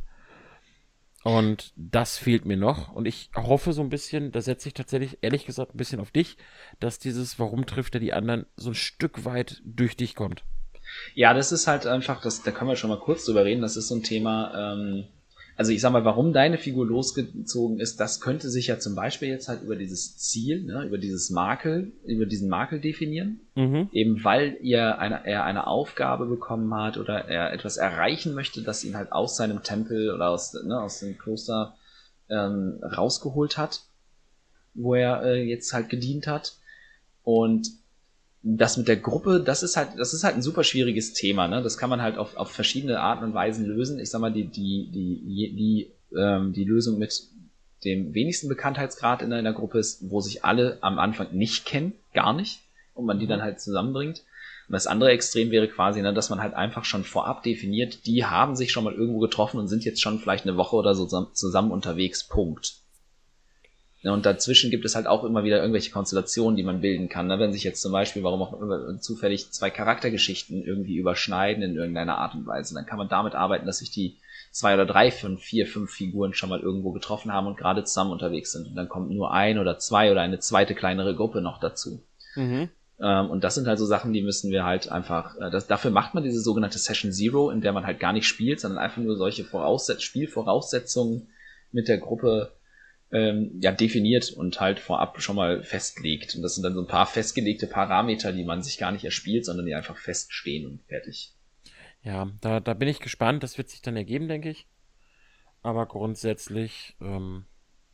S2: Und das fehlt mir noch. Und ich hoffe so ein bisschen, da setze ich tatsächlich, ehrlich gesagt, ein bisschen auf dich, dass dieses Warum trifft er die anderen so ein Stück weit durch dich kommt.
S1: Ja, das ist halt einfach, das, da können wir schon mal kurz drüber reden, das ist so ein Thema, ähm, also ich sag mal, warum deine Figur losgezogen ist, das könnte sich ja zum Beispiel jetzt halt über dieses Ziel, ne, über dieses Makel, über diesen Makel definieren. Mhm. Eben weil ihr eine, er eine Aufgabe bekommen hat oder er etwas erreichen möchte, das ihn halt aus seinem Tempel oder aus, ne, aus dem Kloster ähm, rausgeholt hat, wo er äh, jetzt halt gedient hat. Und das mit der Gruppe, das ist halt, das ist halt ein super schwieriges Thema, ne? Das kann man halt auf, auf verschiedene Arten und Weisen lösen. Ich sag mal, die, die, die, die, ähm, die Lösung mit dem wenigsten Bekanntheitsgrad in einer Gruppe ist, wo sich alle am Anfang nicht kennen, gar nicht, und man die dann halt zusammenbringt. Und das andere Extrem wäre quasi, ne, dass man halt einfach schon vorab definiert, die haben sich schon mal irgendwo getroffen und sind jetzt schon vielleicht eine Woche oder so zusammen unterwegs, Punkt. Und dazwischen gibt es halt auch immer wieder irgendwelche Konstellationen, die man bilden kann. Wenn sich jetzt zum Beispiel, warum auch immer, zufällig zwei Charaktergeschichten irgendwie überschneiden in irgendeiner Art und Weise, dann kann man damit arbeiten, dass sich die zwei oder drei von vier, fünf Figuren schon mal irgendwo getroffen haben und gerade zusammen unterwegs sind. Und dann kommt nur ein oder zwei oder eine zweite kleinere Gruppe noch dazu. Mhm. Und das sind halt so Sachen, die müssen wir halt einfach, das, dafür macht man diese sogenannte Session Zero, in der man halt gar nicht spielt, sondern einfach nur solche Voraussetz- Spielvoraussetzungen mit der Gruppe ähm, ja, definiert und halt vorab schon mal festlegt. Und das sind dann so ein paar festgelegte Parameter, die man sich gar nicht erspielt, sondern die einfach feststehen und fertig.
S2: Ja, da, da bin ich gespannt. Das wird sich dann ergeben, denke ich. Aber grundsätzlich, ähm,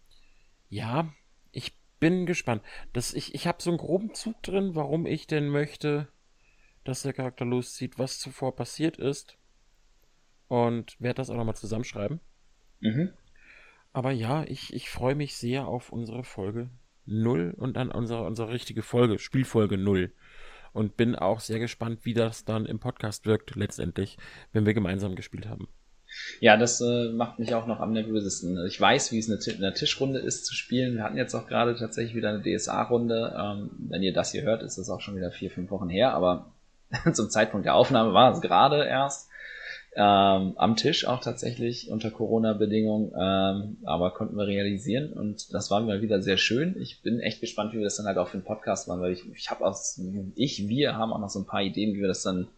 S2: ja, ich bin gespannt. Das, ich ich habe so einen groben Zug drin, warum ich denn möchte, dass der Charakter loszieht, was zuvor passiert ist. Und werde das auch nochmal zusammenschreiben.
S1: Mhm.
S2: Aber ja, ich, ich freue mich sehr auf unsere Folge null und dann unsere, unsere richtige Folge, Spielfolge null. Und bin auch sehr gespannt, wie das dann im Podcast wirkt, letztendlich, wenn wir gemeinsam gespielt haben.
S1: Ja, das äh, macht mich auch noch am nervösesten. Ich weiß, wie es in der Tischrunde ist zu spielen. Wir hatten jetzt auch gerade tatsächlich wieder eine D S A-Runde. Ähm, wenn ihr das hier hört, ist das auch schon wieder vier, fünf Wochen her. Aber zum Zeitpunkt der Aufnahme war es gerade erst. Ähm, am Tisch auch tatsächlich unter Corona-Bedingungen, ähm, aber konnten wir realisieren und das war mal wieder sehr schön. Ich bin echt gespannt, wie wir das dann halt auch für den Podcast machen, weil ich, ich habe auch, ich, wir haben auch noch so ein paar Ideen, wie wir das dann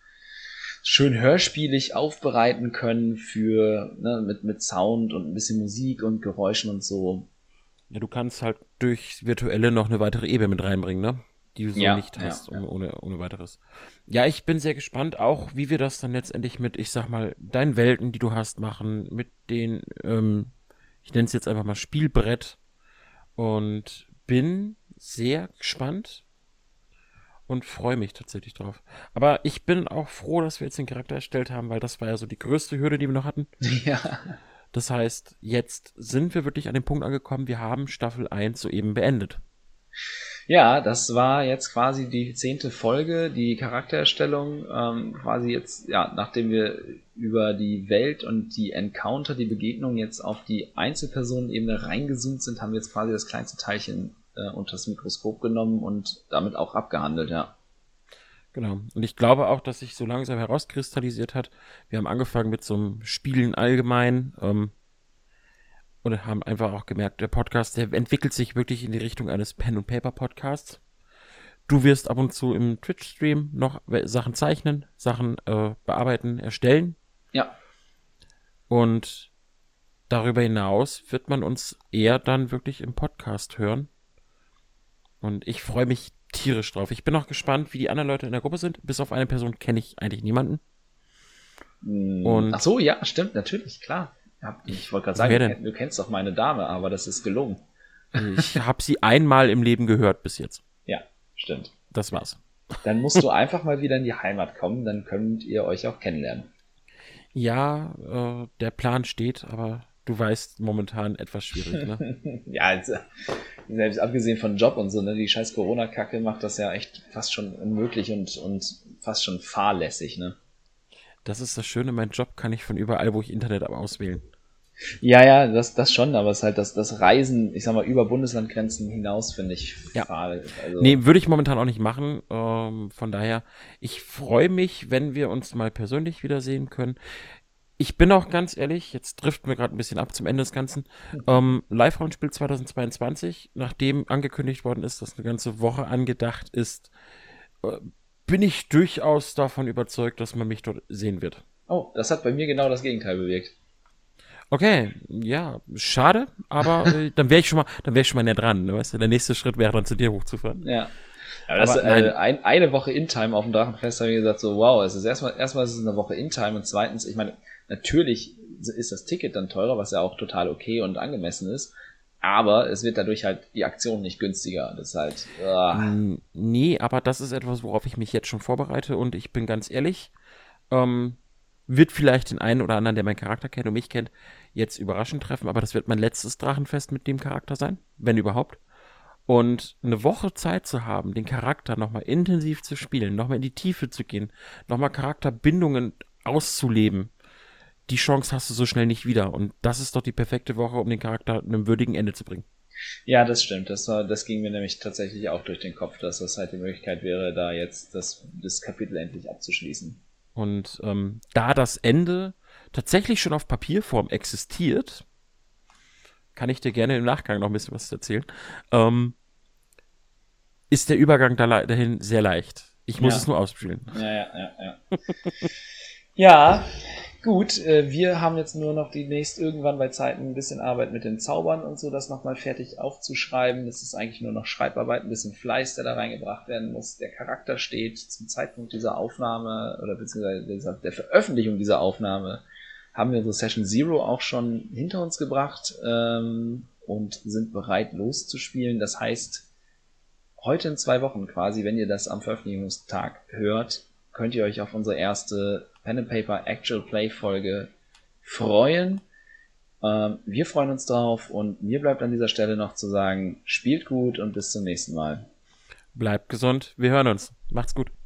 S1: schön hörspielig aufbereiten können für, ne, mit, mit Sound und ein bisschen Musik und Geräuschen und so.
S2: Ja, du kannst halt durch Virtuelle noch eine weitere Ebene mit reinbringen, ne? Die du so
S1: Ja,
S2: nicht hast,
S1: ja, ja.
S2: ohne, ohne, ohne weiteres. Ja, ich bin sehr gespannt, auch wie wir das dann letztendlich mit, ich sag mal, deinen Welten, die du hast, machen, mit den, ähm, ich nenne es jetzt einfach mal Spielbrett und bin sehr gespannt und freue mich tatsächlich drauf. Aber ich bin auch froh, dass wir jetzt den Charakter erstellt haben, weil das war ja so die größte Hürde, die wir noch hatten.
S1: Ja.
S2: Das heißt, jetzt sind wir wirklich an dem Punkt angekommen, wir haben Staffel eins soeben beendet.
S1: Ja, das war jetzt quasi die zehnte Folge, die Charaktererstellung, ähm, quasi jetzt, ja, nachdem wir über die Welt und die Encounter, die Begegnung jetzt auf die Einzelpersonenebene reingezoomt sind, haben wir jetzt quasi das kleinste Teilchen äh, unter das Mikroskop genommen und damit auch abgehandelt, ja.
S2: Genau. Und ich glaube auch, dass sich so langsam herauskristallisiert hat. Wir haben angefangen mit so einem Spielen allgemein ähm, und haben einfach auch gemerkt, der Podcast, der entwickelt sich wirklich in die Richtung eines Pen-and-Paper-Podcasts. Du wirst ab und zu im Twitch-Stream noch Sachen zeichnen, Sachen äh, bearbeiten, erstellen.
S1: Ja.
S2: Und darüber hinaus wird man uns eher dann wirklich im Podcast hören. Und ich freue mich tierisch drauf. Ich bin auch gespannt, wie die anderen Leute in der Gruppe sind. Bis auf eine Person kenne ich eigentlich niemanden.
S1: Und ach so, ja, stimmt, natürlich, klar. Ich wollte gerade sagen, du, du kennst doch meine Dame, aber das ist gelungen.
S2: Ich habe sie einmal im Leben gehört bis jetzt.
S1: Ja, stimmt.
S2: Das war's.
S1: Dann musst du einfach mal wieder in die Heimat kommen, dann könnt ihr euch auch kennenlernen.
S2: Ja, äh, der Plan steht, aber du weißt, momentan etwas schwierig, ne?
S1: Ja, also, selbst abgesehen von Job und so, ne, die scheiß Corona-Kacke macht das ja echt fast schon unmöglich und, und fast schon fahrlässig, ne?
S2: Das ist das Schöne, mein Job kann ich von überall, wo ich Internet habe, auswählen.
S1: Ja, ja, das, das schon, aber es ist halt das, das Reisen, ich sag mal, über Bundeslandgrenzen hinaus, finde ich
S2: ja.
S1: fahl. Also
S2: nee, würde ich momentan auch nicht machen. Ähm, von daher, ich freue mich, wenn wir uns mal persönlich wiedersehen können. Ich bin auch ganz ehrlich, jetzt driften wir gerade ein bisschen ab zum Ende des Ganzen. Ähm, Live-Rollenspiel zweitausendzweiundzwanzig, nachdem angekündigt worden ist, dass eine ganze Woche angedacht ist, äh, bin ich durchaus davon überzeugt, dass man mich dort sehen wird.
S1: Oh, das hat bei mir genau das Gegenteil bewirkt.
S2: Okay, ja, schade, aber äh, dann wäre ich schon mal, dann wäre ich schon mal näher dran, ne, weißt du? Der nächste Schritt wäre dann zu dir hochzufahren.
S1: Ja. Aber, das, aber äh, ein, eine Woche In-Time auf dem Drachenfest habe ich gesagt, so wow, es ist erstmal, erstmal ist es eine Woche In-Time und zweitens, ich meine, natürlich ist das Ticket dann teurer, was ja auch total okay und angemessen ist, aber es wird dadurch halt die Aktion nicht günstiger. Das ist halt. Uh.
S2: Nee, aber das ist etwas, worauf ich mich jetzt schon vorbereite und ich bin ganz ehrlich, ähm, wird vielleicht den einen oder anderen, der meinen Charakter kennt und mich kennt, jetzt überraschend treffen, aber das wird mein letztes Drachenfest mit dem Charakter sein, wenn überhaupt. Und eine Woche Zeit zu haben, den Charakter nochmal intensiv zu spielen, nochmal in die Tiefe zu gehen, nochmal Charakterbindungen auszuleben, die Chance hast du so schnell nicht wieder. Und das ist doch die perfekte Woche, um den Charakter einem würdigen Ende zu bringen.
S1: Ja, das stimmt. Das war, das ging mir nämlich tatsächlich auch durch den Kopf, dass das halt die Möglichkeit wäre, da jetzt das, das Kapitel endlich abzuschließen.
S2: Und ähm, da das Ende tatsächlich schon auf Papierform existiert, kann ich dir gerne im Nachgang noch ein bisschen was erzählen, ähm, ist der Übergang da dahin sehr leicht. Ich muss
S1: ja.
S2: es nur ausspielen.
S1: Ja, ja, ja, ja. Ja, Gut, äh, wir haben jetzt nur noch demnächst irgendwann bei Zeiten ein bisschen Arbeit mit den Zaubern und so, das nochmal fertig aufzuschreiben. Das ist eigentlich nur noch Schreibarbeit, ein bisschen Fleiß, der da reingebracht werden muss. Der Charakter steht zum Zeitpunkt dieser Aufnahme oder beziehungsweise dieser, der Veröffentlichung dieser Aufnahme, haben wir unsere Session Zero auch schon hinter uns gebracht ähm, und sind bereit loszuspielen. Das heißt, heute in zwei Wochen quasi, wenn ihr das am Veröffentlichungstag hört, könnt ihr euch auf unsere erste Pen and Paper Actual Play Folge freuen. Ähm, wir freuen uns drauf und mir bleibt an dieser Stelle noch zu sagen, spielt gut und bis zum nächsten Mal.
S2: Bleibt gesund, wir hören uns. Macht's gut.